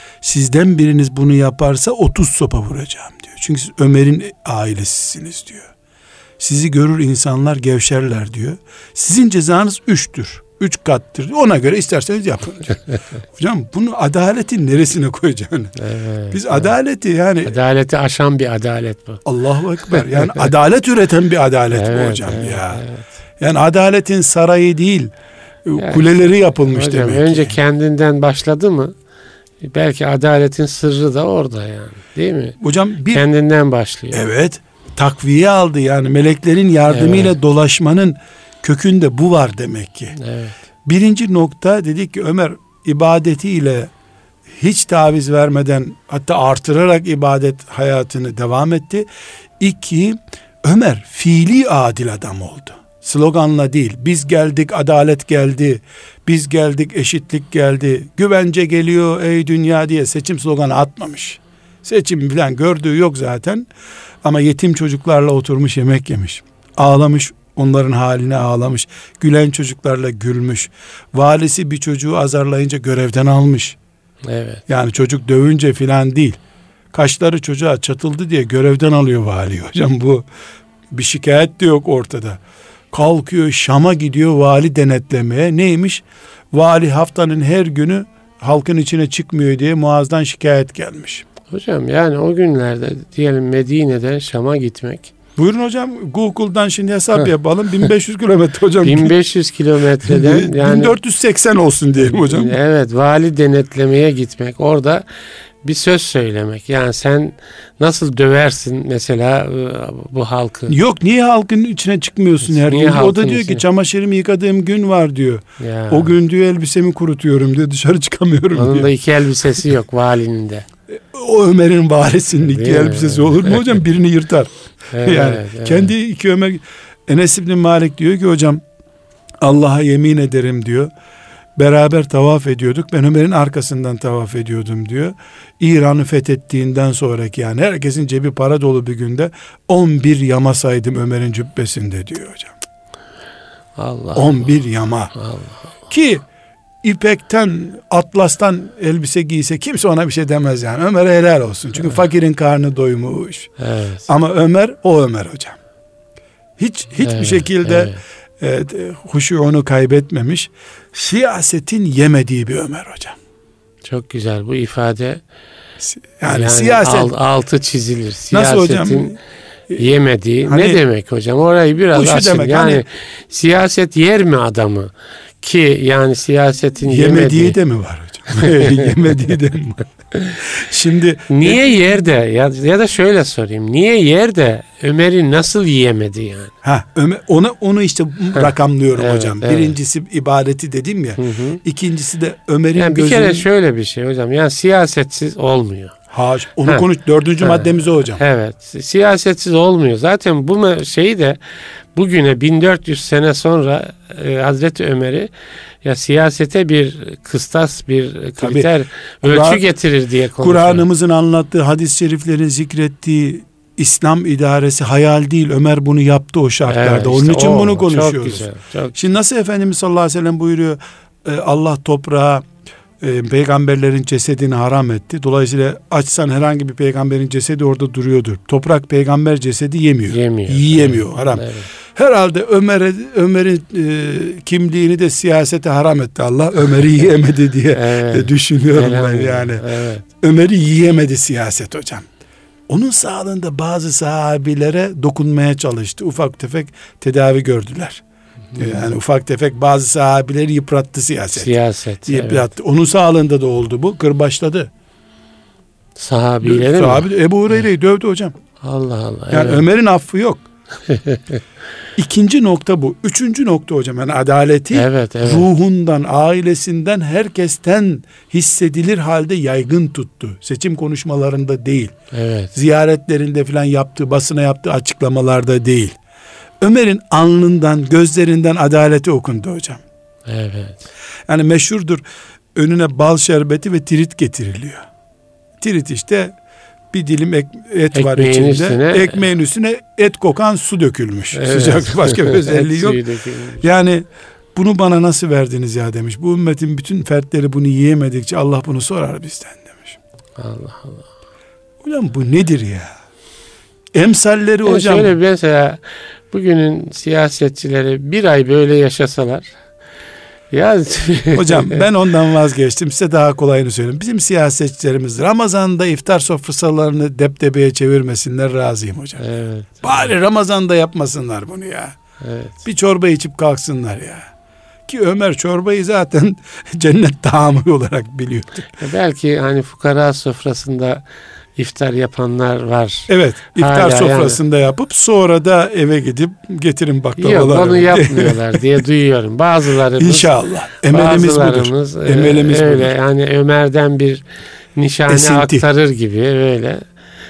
Sizden biriniz bunu yaparsa otuz sopa vuracağım diyor. Çünkü siz Ömer'in ailesisiniz diyor. Sizi görür insanlar gevşerler diyor. Sizin cezanız üçtür. Üç kattır. Ona göre isterseniz yapın. Hocam bunu adaletin neresine koyacaksın? Evet, Biz evet. adaleti yani. Adaleti aşan bir adalet bu. Allahu Ekber. Yani adalet üreten bir adalet evet, bu hocam evet, ya. Evet. Yani adaletin sarayı değil, yani, kuleleri yapılmış hocam, demek. Önce ki. kendinden başladı mı? Belki adaletin sırrı da orada yani. Değil mi? Hocam bir, kendinden başlıyor. Evet. Takviye aldı yani meleklerin yardımıyla evet. dolaşmanın kökünde bu var demek ki. Evet. Birinci nokta dedik ki Ömer ibadetiyle hiç taviz vermeden hatta artırarak ibadet hayatını devam etti. İki, Ömer fiili adil adam oldu. Sloganla değil. Biz geldik, adalet geldi. Biz geldik, eşitlik geldi. Güvence geliyor ey dünya diye seçim sloganı atmamış. Seçim falan gördüğü yok zaten. Ama yetim çocuklarla oturmuş yemek yemiş. Ağlamış, onların haline ağlamış. Gülen çocuklarla gülmüş. Valisi bir çocuğu azarlayınca görevden almış. Evet. Yani çocuk dövünce filan değil. Kaşları çocuğa çatıldı diye görevden alıyor vali. Hocam bu bir şikayet de yok ortada. Kalkıyor Şam'a gidiyor vali denetlemeye. Neymiş? Vali haftanın her günü halkın içine çıkmıyor diye Muaz'dan şikayet gelmiş. Hocam yani o günlerde diyelim Medine'den Şam'a gitmek. Buyurun hocam, Google'dan şimdi hesap yapalım. bin beş yüz kilometre hocam. bin beş yüz kilometreden yani bin dört yüz seksen olsun diyelim hocam. Evet, vali denetlemeye gitmek. Orada bir söz söylemek. Yani sen nasıl döversin mesela bu halkı? Yok, niye halkın içine çıkmıyorsun her gün? O da diyor içine? ki çamaşırımı yıkadığım gün var diyor. Ya. O gün diyor elbisemi kurutuyorum diyor, dışarı çıkamıyorum Onun diyor. da iki elbisesi yok valinin de. O Ömer'in varisinin iki elbisesi olur mu hocam? Birini yırtar. Evet, yani evet. kendi iki Ömer. Enes İbni Malik diyor ki hocam Allah'a yemin ederim diyor. Beraber tavaf ediyorduk. Ben Ömer'in arkasından tavaf ediyordum diyor. İran'ı fethettiğinden sonraki yani herkesin cebi para dolu bir günde on bir yama saydım Ömer'in cübbesinde diyor hocam. Allah on bir yama. Allah Allah. Ki ipekten, atlastan elbise giyse kimse ona bir şey demez yani. Ömer'e helal olsun. Çünkü evet. fakirin karnı doymuş. Evet. Ama Ömer o Ömer hocam. Hiç hiçbir evet, şekilde evet. e, huşuğunu kaybetmemiş. Siyasetin yemediği bir Ömer hocam. Çok güzel bu ifade. Yani, yani siyaset alt, altı çizilir. Siyasetin nasıl hocam? Yemediği Hani, ne demek hocam? Orayı biraz açın. Demek, yani hani, siyaset yer mi adamı? Ki yani siyasetin yemediği yemediği de mi var hocam? Yemediği de mi var? Şimdi niye yerde ya, ya da şöyle sorayım. Niye yerde Ömer'i nasıl yiyemedi yani? Ha, Ömer, onu onu işte rakamlıyorum evet, hocam. evet. Birincisi ibadeti dedim ya. Hı hı. İkincisi de Ömer'in yani bir gözünün... kere şöyle bir şey hocam. Yani siyasetsiz olmuyor. Ha, onu ha. konuş. Dördüncü ha. maddemiz o hocam. Evet. Siyasetsiz olmuyor. Zaten bu şeyi de bugüne bin dört yüz sene sonra e, Hazreti Ömer'i ya siyasete bir kıstas, bir kriter, Tabii, ölçü Kur'an, getirir diye konuşuyor. Kur'an'ımızın anlattığı, hadis-i şeriflerin zikrettiği İslam idaresi hayal değil. Ömer bunu yaptı o şartlarda. Evet, işte onun için o, bunu konuşuyoruz. Çok güzel, çok Şimdi nasıl Efendimiz sallallahu aleyhi ve sellem buyuruyor, Allah toprağa e, peygamberlerin cesedini haram etti. Dolayısıyla açsan herhangi bir peygamberin cesedi orada duruyordur. Toprak peygamber cesedi yemiyor. Yemiyor. Yiyemiyor. Evet, haram. Evet. Herhalde Ömer'e Ömer'in e, kimliğini de siyasete haram etti Allah. Ömer'i yiyemedi diye evet, düşünüyorum ben yani. Evet. Ömer'i yiyemedi siyaset hocam. Onun sağlığında bazı sahabilere dokunmaya çalıştı. Ufak tefek tedavi gördüler. Yani ufak tefek bazı sahabileri yıprattı siyaset. Siyaset. Yıprattı. Evet. Onun sağlığında da oldu bu. Kırbaçladı. Sahabileri mi? Sahabi, Ebu Hureyre'yi evet. dövdü hocam. Allah Allah. Yani evet. Ömer'in affı yok. İkinci nokta bu. Üçüncü nokta hocam. Yani adaleti evet, evet. ruhundan, ailesinden, herkesten hissedilir halde yaygın tuttu. Seçim konuşmalarında değil. Evet. Ziyaretlerinde falan yaptığı, basına yaptığı açıklamalarda değil. Ömer'in alnından, gözlerinden adaleti okundu hocam. Evet. Yani meşhurdur. Önüne bal şerbeti ve tirit getiriliyor. Tirit işte bir dilim et, et var içinde. Üstüne, ekmeğin üstüne et kokan su dökülmüş. Evet. Sıcak, başka bir özelliği yok. Yani bunu bana nasıl verdiniz ya demiş. Bu ümmetin bütün fertleri bunu yiyemedikçe Allah bunu sorar bizden demiş. Allah Allah. Hocam bu nedir ya? Emsalleri yani hocam. Şöyle mesela bugünün siyasetçileri bir ay böyle yaşasalar. Ya hocam ben ondan vazgeçtim. Size daha kolayını söyleyeyim. Bizim siyasetçilerimiz Ramazan'da iftar sofralarını depdebeye çevirmesinler, razıyım hocam. Evet. Bari Ramazan'da yapmasınlar bunu ya. Evet. Bir çorba içip kalksınlar ya. Ki Ömer çorbayı zaten cennet taamı olarak biliyordu. Belki hani fukara sofrasında iftar yapanlar var. Evet, iftar hala sofrasında yani yapıp sonra da eve gidip getirin baklavaları. Yok, onu yapmıyorlar diye duyuyorum. Bazılarımız İnşallah. Emelimiz bazılarımız budur. Emelimiz öyle budur. Yani Ömer'den bir nişane Esinti. aktarır gibi öyle.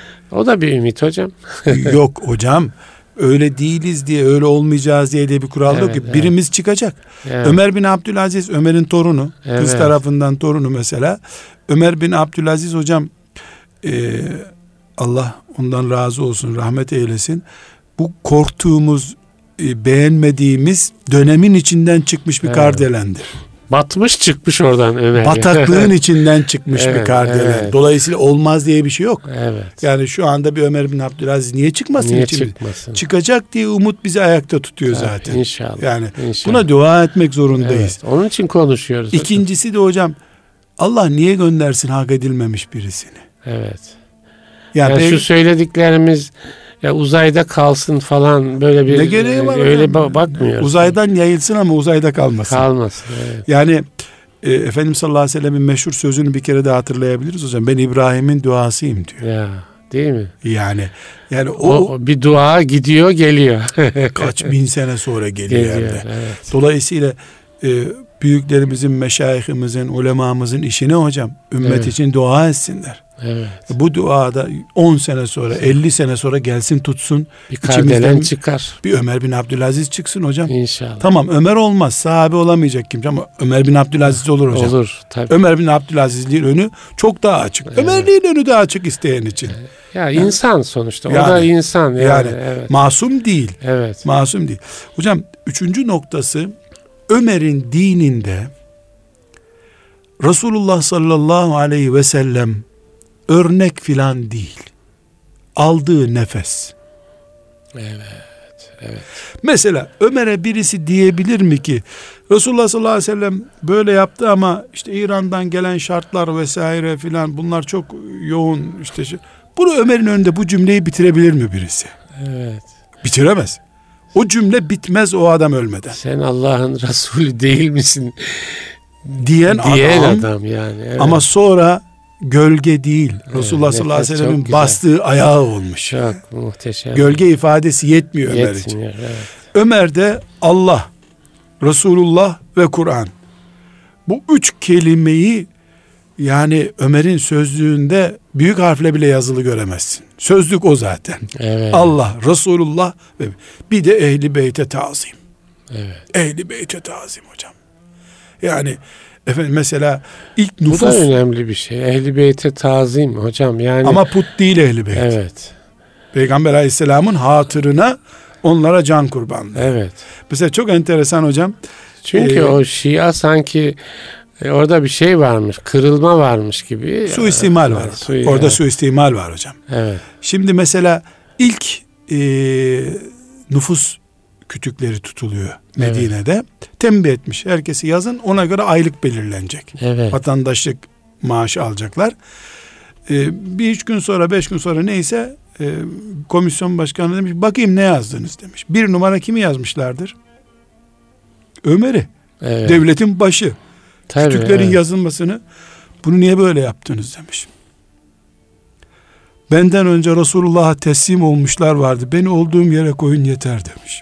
O da bir ümit hocam. Yok hocam. Öyle değiliz diye, öyle olmayacağız diye de bir kural evet, yok ki. Evet. Birimiz çıkacak. Evet. Ömer bin Abdülaziz, Ömer'in torunu. Evet. Kız tarafından torunu mesela. Ömer bin Abdülaziz hocam, Ee, Allah ondan razı olsun, rahmet eylesin. Bu korktuğumuz, e, beğenmediğimiz dönemin içinden çıkmış bir evet. kardelendi. Batmış çıkmış oradan Ömer. Bataklığın içinden çıkmış evet, bir kardelen. Evet. Dolayısıyla olmaz diye bir şey yok. Evet. Yani şu anda bir Ömer bin Abdülaziz niye çıkmasın niye içimiz? Çıkmasın? Çıkacak diye umut bizi ayakta tutuyor evet, zaten. İnşallah. Yani inşallah. Buna dua etmek zorundayız. Evet, onun için konuşuyoruz. İkincisi de hocam, Allah niye göndersin hak edilmemiş birisini? Evet. Yani, yani şu söylediklerimiz ya uzayda kalsın falan böyle bir ne gereği var öyle ba- bakmıyoruz. Uzaydan yayılsın ama uzayda kalmasın. Kalmasın. Evet. Yani e, Efendimiz sallallahu aleyhi ve sellem'in meşhur sözünü bir kere daha hatırlayabiliriz hocam. Ben İbrahim'in duasıyım diyor. Ya, değil mi? Yani yani o, o bir dua gidiyor geliyor. Kaç bin sene sonra geliyor. geliyor evet. Dolayısıyla e, büyüklerimizin, meşayihimizin, ulemamızın işi ne hocam? Ümmet evet. için dua etsinler. Evet. Bu duada on sene sonra, elli sene sonra gelsin tutsun. Bir kardelen çıkar. Bir Ömer bin Abdülaziz çıksın hocam. İnşallah. Tamam, Ömer olmaz, sahabe olamayacak kimse ama Ömer bin Abdülaziz olur hocam. Olur tabii. Ömer bin Abdülaziz'liğin önü çok daha açık. Evet. Ömerliğin önü daha açık isteyen için. Evet. Ya yani, insan sonuçta. Yani, o da insan. Yani, yani evet. masum değil. Evet. Masum değil. Hocam üçüncü noktası, Ömer'in dininde Resulullah sallallahu aleyhi ve sellem örnek filan değil. Aldığı nefes. Evet, evet. Mesela Ömer'e birisi diyebilir mi ki Resulullah sallallahu aleyhi ve sellem böyle yaptı ama işte İran'dan gelen şartlar vesaire filan bunlar çok yoğun işte. Şey. Bunu Ömer'in önünde bu cümleyi bitirebilir mi birisi? Evet. Bitiremez. O cümle bitmez o adam ölmeden. Sen Allah'ın Resulü değil misin? Diyen, Diyen adam, adam yani. Evet. Ama sonra gölge değil. Evet, Resulullah sallallahu aleyhi ve nefes çok sellem'in güzel. bastığı ayağı olmuş. Çok muhteşem. Gölge ifadesi yetmiyor Ömer için. Yetmiyor, evet. Ömer de Allah, Resulullah ve Kur'an. Bu üç kelimeyi yani Ömer'in sözlüğünde büyük harfle bile yazılı göremezsin. Sözlük o zaten. Evet. Allah, Resulullah ve bir de Ehl-i Beyt'e tazim. Evet. Ehl-i Beyt'e tazim hocam. Yani efendim mesela ilk Bu nüfus da önemli bir şey. Ehl-i Beyt'e tazim hocam. Yani ama put değil Ehl-i Beyt. evet. Peygamber Aleyhisselam'ın hatırına onlara can kurbanlığı. Evet. Mesela çok enteresan hocam. Çünkü Ee, o Şia sanki e, orada bir şey varmış, kırılma varmış gibi. Suistimal var. Su- Orada, orada evet. suistimal var hocam. Evet. Şimdi mesela ilk e, nüfus kütükleri tutuluyor Medine'de. Evet. Tembih etmiş. Herkesi yazın, ona göre aylık belirlenecek. Evet. Vatandaşlık maaşı alacaklar. E, bir üç gün sonra, beş gün sonra neyse e, komisyon başkanı demiş, bakayım ne yazdınız demiş. Bir numara kimi yazmışlardır? Ömer'i. Evet. Devletin başı. Tabii, Kütüklerin evet. yazılmasını, bunu niye böyle yaptınız demiş. Benden önce Resulullah'a teslim olmuşlar vardı. Beni olduğum yere koyun yeter demiş.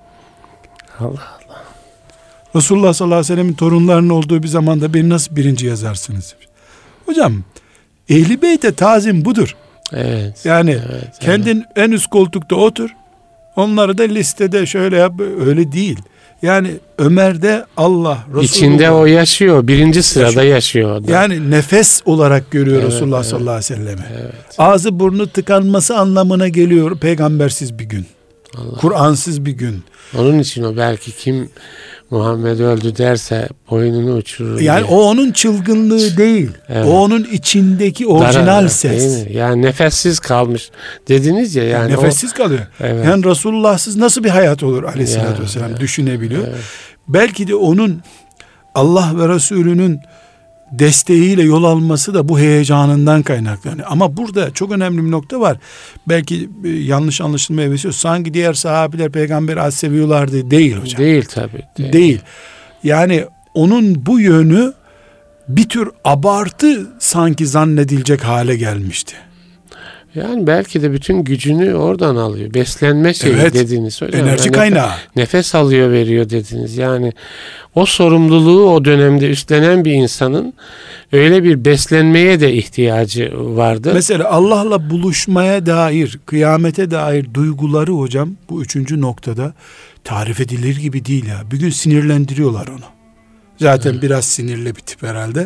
Allah Allah. Resulullah sallallahu aleyhi ve sellem'in torunlarının olduğu bir zamanda beni nasıl birinci yazarsınız demiş. Hocam Ehl-i Beyt'e tazim budur. Evet. Yani evet, kendin evet. en üst koltukta otur. Onları da listede şöyle yap, öyle değil. Yani Ömer'de Allah, Resulullah. İçinde o yaşıyor. Birinci sırada yaşıyor. yaşıyor Yani nefes olarak görüyor evet, Resulullah evet. sallallahu aleyhi ve sellemi. Evet. Ağzı burnu tıkanması anlamına geliyor peygambersiz bir gün. Allah. Kur'ansız bir gün. Onun için o belki kim Muhammed öldü derse boynunu uçurur. Yani diye. o onun çılgınlığı değil. Evet. O onun içindeki orijinal Darar, ses. değil mi? Yani nefessiz kalmış dediniz ya. Yani nefessiz o, kalıyor. evet. Yani Resulullahsız nasıl bir hayat olur aleyhissalatü Ya, vesselam evet. düşünebiliyor. Evet. Belki de onun Allah ve Resulünün desteğiyle yol alması da bu heyecanından kaynaklanıyor. Ama burada çok önemli bir nokta var. Belki e, yanlış anlaşılmaya vesile. Sanki diğer sahabiler peygamberi az seviyorlardı. Değil hocam. Değil tabii. Değil. Değil. Yani onun bu yönü bir tür abartı sanki zannedilecek hale gelmişti. Yani belki de bütün gücünü oradan alıyor. Beslenme şeyi Evet, dediğiniz hocam. enerji Yani kaynağı. Nefes alıyor veriyor dediniz. Yani o sorumluluğu o dönemde üstlenen bir insanın öyle bir beslenmeye de ihtiyacı vardı. Mesela Allah'la buluşmaya dair, kıyamete dair duyguları hocam bu üçüncü noktada tarif edilir gibi değil ya. Bir gün sinirlendiriyorlar onu. Zaten evet. Biraz sinirli bir tip herhalde.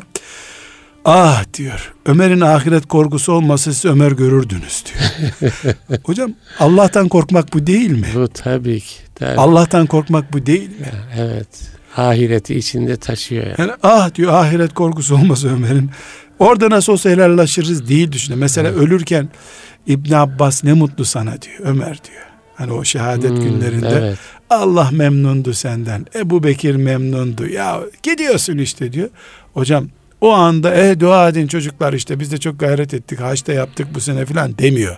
Ah diyor, Ömer'in ahiret korkusu olmasa siz Ömer görürdünüz diyor. Hocam Allah'tan korkmak bu değil mi? Bu tabii ki. Tabii. Allah'tan korkmak bu değil mi? Ya, evet. Ahireti içinde taşıyor. Yani. yani ah diyor, ahiret korkusu olmasa Ömer'in. Orada nasıl olsa helallaşırız değil düşünün. Mesela evet. Ölürken İbn Abbas ne mutlu sana diyor Ömer diyor. Hani o şehadet hmm, günlerinde evet. Allah memnundu senden. Ebu Bekir memnundu. Ya gidiyorsun işte diyor. Hocam o anda eh dua edin çocuklar işte biz de çok gayret ettik. Haçta yaptık bu sene filan demiyor.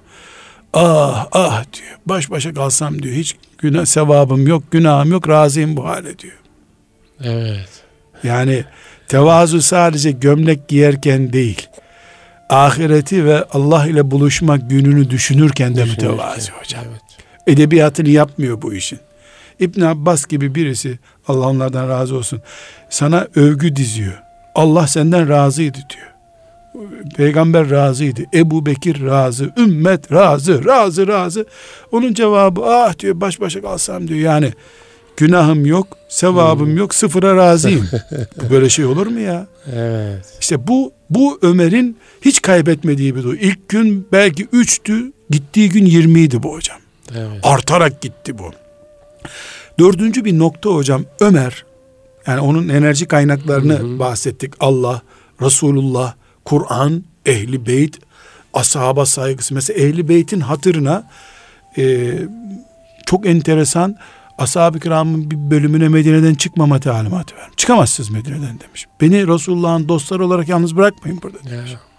Ah ah diyor. Baş başa kalsam diyor. Hiç günah sevabım yok, günahım yok. Razıyım bu hale diyor. Evet. Yani tevazu sadece gömlek giyerken değil. Ahireti ve Allah ile buluşma gününü düşünürken de Düşünürken, mütevazi hocam. Evet. Edebiyatını yapmıyor bu işin. İbn Abbas gibi birisi, Allah onlardan razı olsun, sana övgü diziyor. Allah senden razıydı diyor. Peygamber razıydı. Ebu Bekir razı. Ümmet razı. Razı razı. Onun cevabı ah diyor baş başa kalsam diyor. Yani günahım yok, sevabım hmm. yok, sıfıra razıyım. Bu böyle şey olur mu ya? Evet. İşte bu bu Ömer'in hiç kaybetmediği bir duygu. İlk gün belki üçtü, gittiği gün yirmiydi bu hocam. Evet. Artarak gitti bu. Dördüncü bir nokta hocam, Ömer, yani onun enerji kaynaklarını hı hı. bahsettik. Allah, Resulullah, Kur'an, Ehl-i Beyt, ashaba saygısı. Mesela Ehl-i Beyt'in hatırına e, çok enteresan, ashab-ı kiramın bir bölümüne Medine'den çıkmama talimatı vermiş. Çıkamazsınız Medine'den demiş. Beni Resulullah'ın dostları olarak yalnız bırakmayın burada demiş. Ya.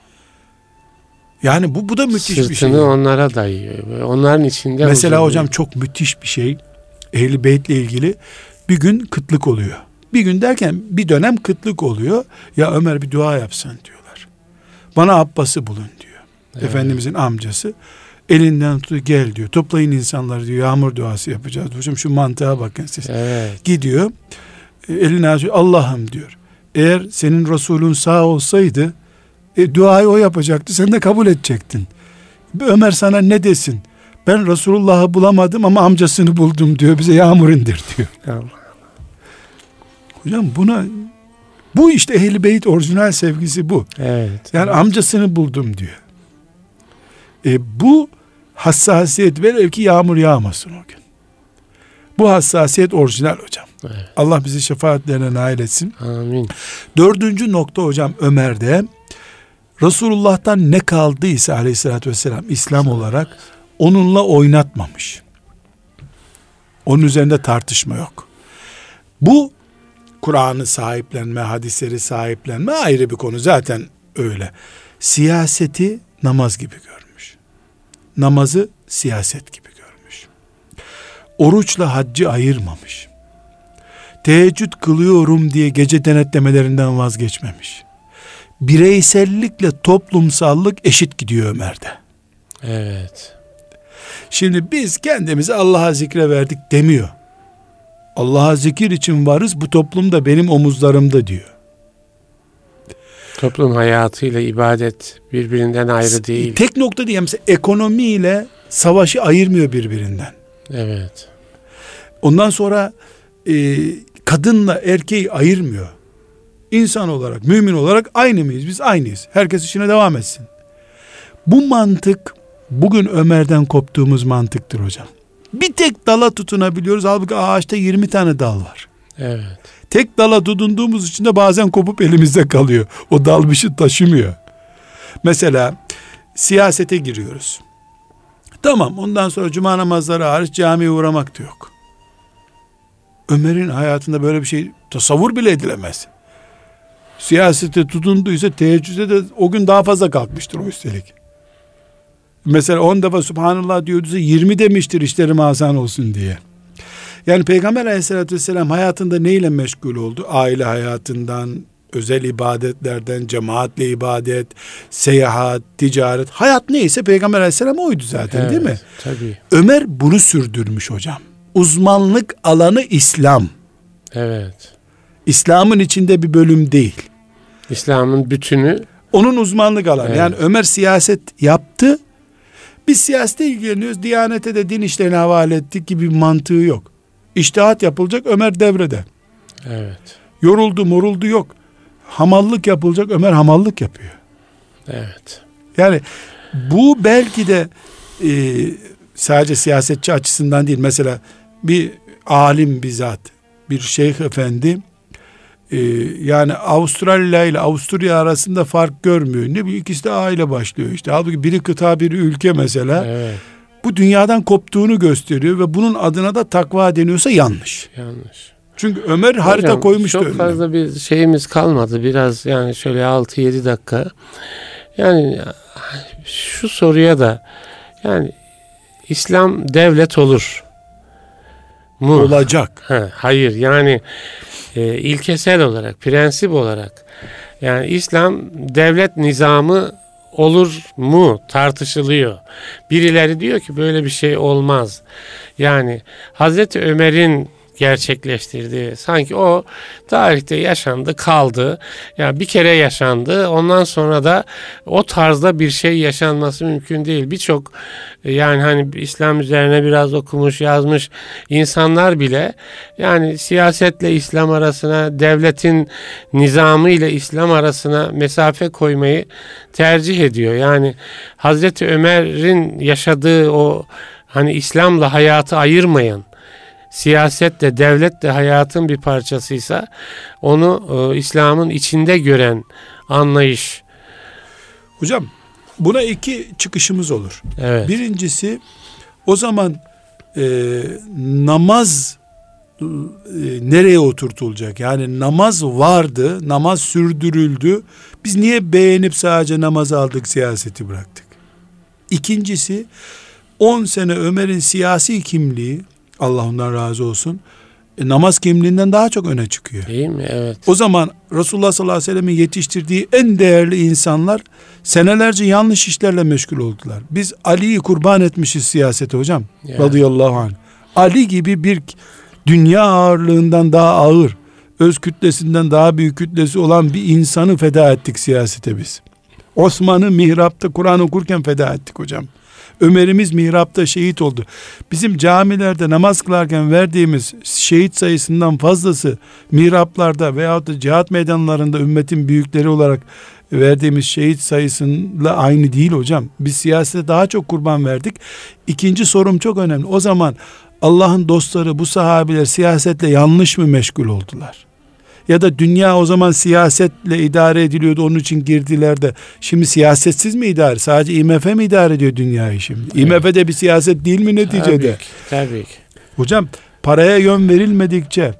Yani bu bu da müthiş Sırtını bir şey. Sırtını onlara dayıyor. Onların içinde. Mesela hocam değil. Çok müthiş bir şey. Ehl-i Beyt'le ilgili bir gün kıtlık oluyor. Bir gün derken bir dönem kıtlık oluyor. Ya Ömer bir dua yapsan diyorlar. Bana Abbas'ı bulun diyor. Evet. Efendimizin amcası. Elinden tutuyor, gel diyor. Toplayın insanları diyor. Yağmur duası yapacağız. Hocam şu mantığa bakın siz. Evet. Gidiyor. Eline açıyor. Allah'ım diyor. Eğer senin Resulün sağ olsaydı e, duayı o yapacaktı. Sen de kabul edecektin. Ömer sana ne desin? Ben Resulullah'ı bulamadım ama amcasını buldum diyor. Bize yağmur indir diyor. Allah. Hocam buna, bu işte Ehl-i Beyt orijinal sevgisi bu. Evet. Yani amcasını buldum diyor. E, bu hassasiyet, velev ki yağmur yağmasın o gün. Bu hassasiyet orijinal hocam. Evet. Allah bizi şefaatlerine nail etsin. Amin. Dördüncü nokta hocam Ömer'de, Resulullah'tan ne kaldıysa aleyhissalatü vesselam İslam olarak onunla oynatmamış. Onun üzerinde tartışma yok. Bu Kur'an'ı sahiplenme, hadisleri sahiplenme ayrı bir konu. Zaten öyle. Siyaseti namaz gibi görmüş. Namazı siyaset gibi görmüş. Oruçla haccı ayırmamış. Teheccüd kılıyorum diye gece denetlemelerinden vazgeçmemiş. Bireysellikle toplumsallık eşit gidiyor Ömer'de. Evet. Şimdi biz kendimizi Allah'a zikre verdik demiyor. Allah'a zikir için varız, bu toplum da benim omuzlarımda diyor. Toplum hayatıyla ibadet birbirinden ayrı değil. Tek nokta diye mesela ekonomiyle savaşı ayırmıyor birbirinden. Evet. Ondan sonra e, kadınla erkeği ayırmıyor. İnsan olarak, mümin olarak aynı mıyız? Biz aynıyız. Herkes işine devam etsin. Bu mantık bugün Ömer'den koptuğumuz mantıktır hocam. Bir tek dala tutunabiliyoruz. Halbuki ağaçta yirmi tane dal var. Evet. Tek dala tutunduğumuz için de bazen kopup elimizde kalıyor. O dal bir şey taşımıyor. Mesela siyasete giriyoruz. Tamam, ondan sonra cuma namazları hariç camiye uğramak da yok. Ömer'in hayatında böyle bir şey tasavvur bile edilemez. Siyasete tutunduysa teheccüde de o gün daha fazla kalkmıştır o üstelik. Mesela on defa Subhanallah diyorduysa yirmi demiştir işlerim asan olsun diye. Yani Peygamber Aleyhisselatü Vesselam hayatında neyle meşgul oldu? Aile hayatından, özel ibadetlerden, cemaatle ibadet, seyahat, ticaret. Hayat neyse Peygamber Aleyhisselam oydu zaten, Evet, değil mi? Tabii. Ömer bunu sürdürmüş hocam. Uzmanlık alanı İslam. Evet. İslam'ın içinde bir bölüm değil. İslam'ın bütünü. Onun uzmanlık alanı. Evet. Yani Ömer siyaset yaptı. Biz siyasete ilgileniyoruz. Diyanete de din işlerine havale ettik gibi bir mantığı yok. İçtihat yapılacak, Ömer devrede. Evet. Yoruldu moruldu yok. Hamallık yapılacak, Ömer hamallık yapıyor. Evet. Yani bu belki de e, sadece siyasetçi açısından değil. Mesela bir alim bizzat, bir şeyh efendi e, yani Avustralya ile Avusturya arasında fark görmüyor. Ne bileyim, ikisi de A ile başlıyor işte. Halbuki biri kıta biri ülke mesela. Evet. Bu dünyadan koptuğunu gösteriyor ve bunun adına da takva deniyorsa yanlış. Yanlış. Çünkü Ömer harita Hocam, koymuştu çok önüne. fazla bir şeyimiz kalmadı. Biraz yani şöyle altı yedi dakika. Yani şu soruya da, yani İslam devlet olur mu? Olacak. Ha, hayır yani e, ilkesel olarak, prensip olarak yani İslam devlet nizamı olur mu tartışılıyor. Birileri diyor ki böyle bir şey olmaz. Yani Hazreti Ömer'in gerçekleştirdiği, sanki o tarihte yaşandı kaldı. Yani bir kere yaşandı. Ondan sonra da o tarzda bir şey yaşanması mümkün değil. Birçok yani hani İslam üzerine biraz okumuş yazmış insanlar bile yani siyasetle İslam arasına, devletin nizamı ile İslam arasına mesafe koymayı tercih ediyor. Yani Hazreti Ömer'in yaşadığı o hani İslam'la hayatı ayırmayan, siyaset de devlet de hayatın bir parçasıysa onu e, İslam'ın içinde gören anlayış. Hocam buna iki çıkışımız olur. Evet. Birincisi, o zaman e, namaz e, nereye oturtulacak? Yani namaz vardı, namaz sürdürüldü. Biz niye beğenip sadece namazı aldık, siyaseti bıraktık? İkincisi, on sene Ömer'in siyasi kimliği, Allah ondan razı olsun, e, namaz kimliğinden daha çok öne çıkıyor. Değil mi? Evet. O zaman Resulullah sallallahu aleyhi ve sellem'in yetiştirdiği en değerli insanlar senelerce yanlış işlerle meşgul oldular. Biz Ali'yi kurban etmişiz siyasete hocam. Ya. Radıyallahu anh. Ali gibi bir dünya ağırlığından daha ağır, öz kütlesinden daha büyük kütlesi olan bir insanı feda ettik siyasete biz. Osman'ı mihrapta Kur'an okurken feda ettik hocam. Ömer'imiz mihrapta şehit oldu. Bizim camilerde namaz kılarken verdiğimiz şehit sayısından fazlası mihraplarda veyahut da cihat meydanlarında ümmetin büyükleri olarak verdiğimiz şehit sayısıyla aynı değil hocam. Biz siyasete daha çok kurban verdik. İkinci sorum çok önemli. O zaman Allah'ın dostları, bu sahabeler siyasetle yanlış mı meşgul oldular? Ya da dünya o zaman siyasetle idare ediliyordu, onun için girdiler de şimdi siyasetsiz mi idare? Sadece I M F mi idare ediyor dünyayı şimdi? Evet. I M F de bir siyaset değil mi neticede? Tabii ki, tabii ki. Hocam paraya yön verilmedikçe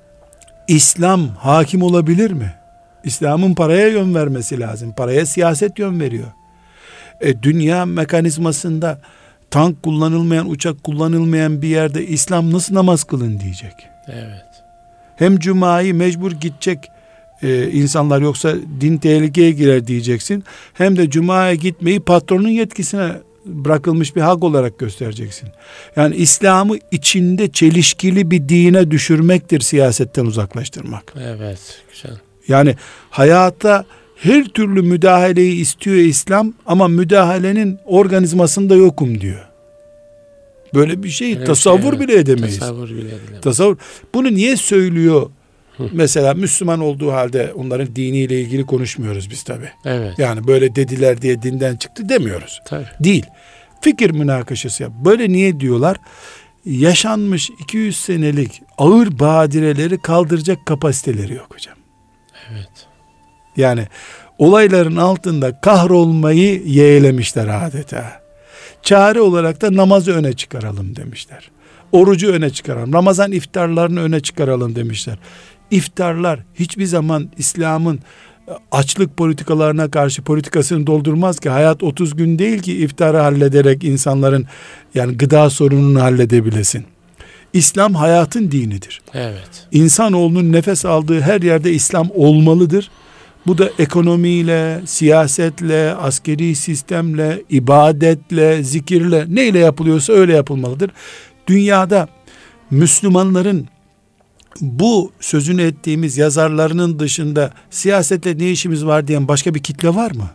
İslam hakim olabilir mi? İslam'ın paraya yön vermesi lazım. Paraya siyaset yön veriyor. E, dünya mekanizmasında tank kullanılmayan, uçak kullanılmayan bir yerde İslam nasıl namaz kılın diyecek. Evet. Hem cumayı mecbur gidecek e, insanlar, yoksa din tehlikeye girer diyeceksin. Hem de cumaya gitmeyi patronun yetkisine bırakılmış bir hak olarak göstereceksin. Yani İslam'ı içinde çelişkili bir dine düşürmektir siyasetten uzaklaştırmak. Evet, güzel. Yani hayata her türlü müdahaleyi istiyor İslam ama müdahalenin organizmasında yokum diyor. Böyle bir şey evet, tasavvur evet. bile edemeyiz. Tasavvur bile edilemez. Tasavvur. Bunu niye söylüyor? Mesela Müslüman olduğu halde onların diniyle ilgili konuşmuyoruz biz tabii. Evet. Yani böyle dediler diye dinden çıktı demiyoruz. Tabii. Değil. Fikir münakaşası yap. Böyle niye diyorlar? Yaşanmış iki yüz senelik ağır badireleri kaldıracak kapasiteleri yok hocam. Evet. Yani olayların altında kahrolmayı yeğlemişler adeta. Çare olarak da namazı öne çıkaralım demişler. Orucu öne çıkaralım. Ramazan iftarlarını öne çıkaralım demişler. İftarlar hiçbir zaman İslam'ın açlık politikalarına karşı politikasını doldurmaz ki. Hayat otuz gün değil ki iftarı hallederek insanların yani gıda sorununu halledebilesin. İslam hayatın dinidir. Evet. İnsanoğlunun nefes aldığı her yerde İslam olmalıdır. Bu da ekonomiyle, siyasetle, askeri sistemle, ibadetle, zikirle, neyle yapılıyorsa öyle yapılmalıdır. Dünyada Müslümanların bu sözünü ettiğimiz yazarlarının dışında siyasetle ne işimiz var diyen başka bir kitle var mı?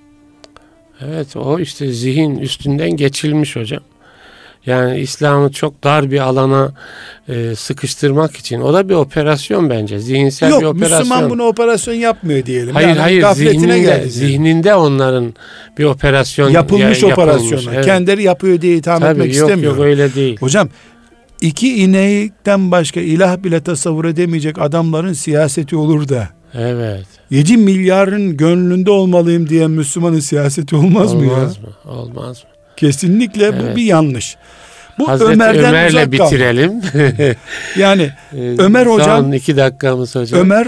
Evet, o işte zihin üstünden geçilmiş hocam. Yani İslam'ı çok dar bir alana e, sıkıştırmak için. O da bir operasyon bence. Zihinsel Yok, bir operasyon. Yok, Müslüman bunu operasyon yapmıyor diyelim. Hayır yani hayır zihninde, zihninde onların bir operasyon yapılmış ya, operasyonu. Evet. Kendileri yapıyor diye itham Tabii, etmek yok, istemiyorum. Yok öyle değil. Hocam iki inekten başka ilah bile tasavvur edemeyecek adamların siyaseti olur da. Evet. yedi milyarın gönlünde olmalıyım diyen Müslümanın siyaseti olmaz, olmaz mı ya? Olmaz mı? Olmaz mı? Kesinlikle evet. Bu bir yanlış. Bu Hazreti Ömer'den Ömer'le bitirelim. Yani Ömer hocam, son iki dakikamız hocam. Ömer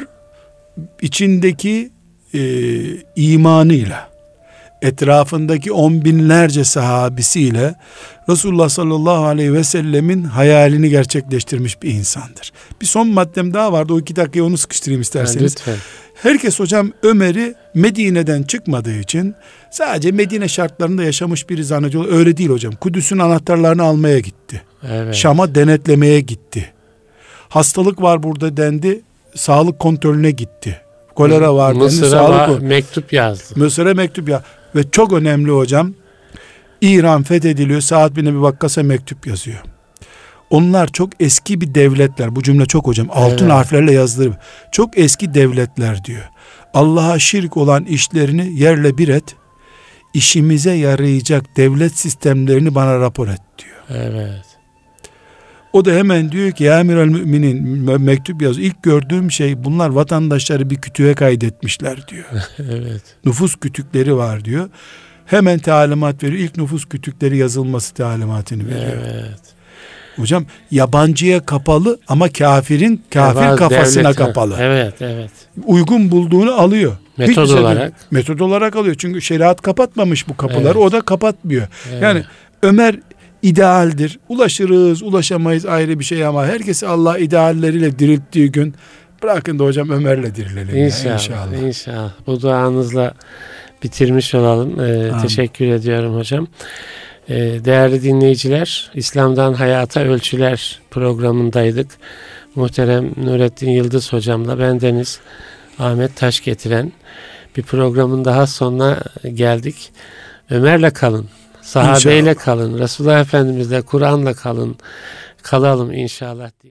içindeki e, imanıyla, etrafındaki on binlerce sahabisiyle Resulullah sallallahu aleyhi ve sellemin hayalini gerçekleştirmiş bir insandır. Bir son maddem daha vardı. O iki dakikayı onu sıkıştırayım isterseniz. Ha, lütfen. Herkes hocam Ömer'i Medine'den çıkmadığı için sadece Medine şartlarında yaşamış biri zannediyor. Öyle değil hocam. Kudüs'ün anahtarlarını almaya gitti. Evet. Şam'a denetlemeye gitti. Hastalık var burada dendi. Sağlık kontrolüne gitti. Kolera var dendi. Mısır'a Sağlık mektup yazdı. Mısır'a mektup ya. Ve çok önemli hocam. İran fethediliyor. Sa'd bin Ebi Vakkas'a mektup yazıyor. Onlar çok eski bir devletler. Bu cümle çok hocam. Altın evet. harflerle yazılır. Çok eski devletler diyor. Allah'a şirk olan işlerini yerle bir et. İşimize yarayacak devlet sistemlerini bana rapor et diyor. Evet. O da hemen diyor ki ya Emirel Müminin, mektup yazıyor. İlk gördüğüm şey, bunlar vatandaşları bir kütüğe kaydetmişler diyor. Evet. Nüfus kütükleri var diyor. Hemen talimat veriyor. İlk nüfus kütükleri yazılması talimatını veriyor. Evet. Hocam yabancıya kapalı ama kafirin kafir ya kafasına devlet, kapalı. Evet, evet. Uygun bulduğunu alıyor. Metod Hiçbir olarak. Şey, metod olarak alıyor. Çünkü şeriat kapatmamış bu kapıları. Evet. O da kapatmıyor. Evet. Yani Ömer idealdir. Ulaşırız, ulaşamayız ayrı bir şey ama herkesi Allah idealleriyle dirilttiği gün bırakın da hocam Ömer'le dirilelim. İnşallah. Ya, inşallah. İnşallah. Bu duanızla bitirmiş olalım. Ee, teşekkür ediyorum hocam. Ee, değerli dinleyiciler, İslam'dan Hayata Ölçüler programındaydık. Muhterem Nurettin Yıldız hocamla bendeniz Ahmet Taş getiren bir programın daha sonuna geldik. Ömer'le kalın, sahabeyle kalın, Resulullah Efendimiz'le, Kur'an'la kalın, kalalım inşallah.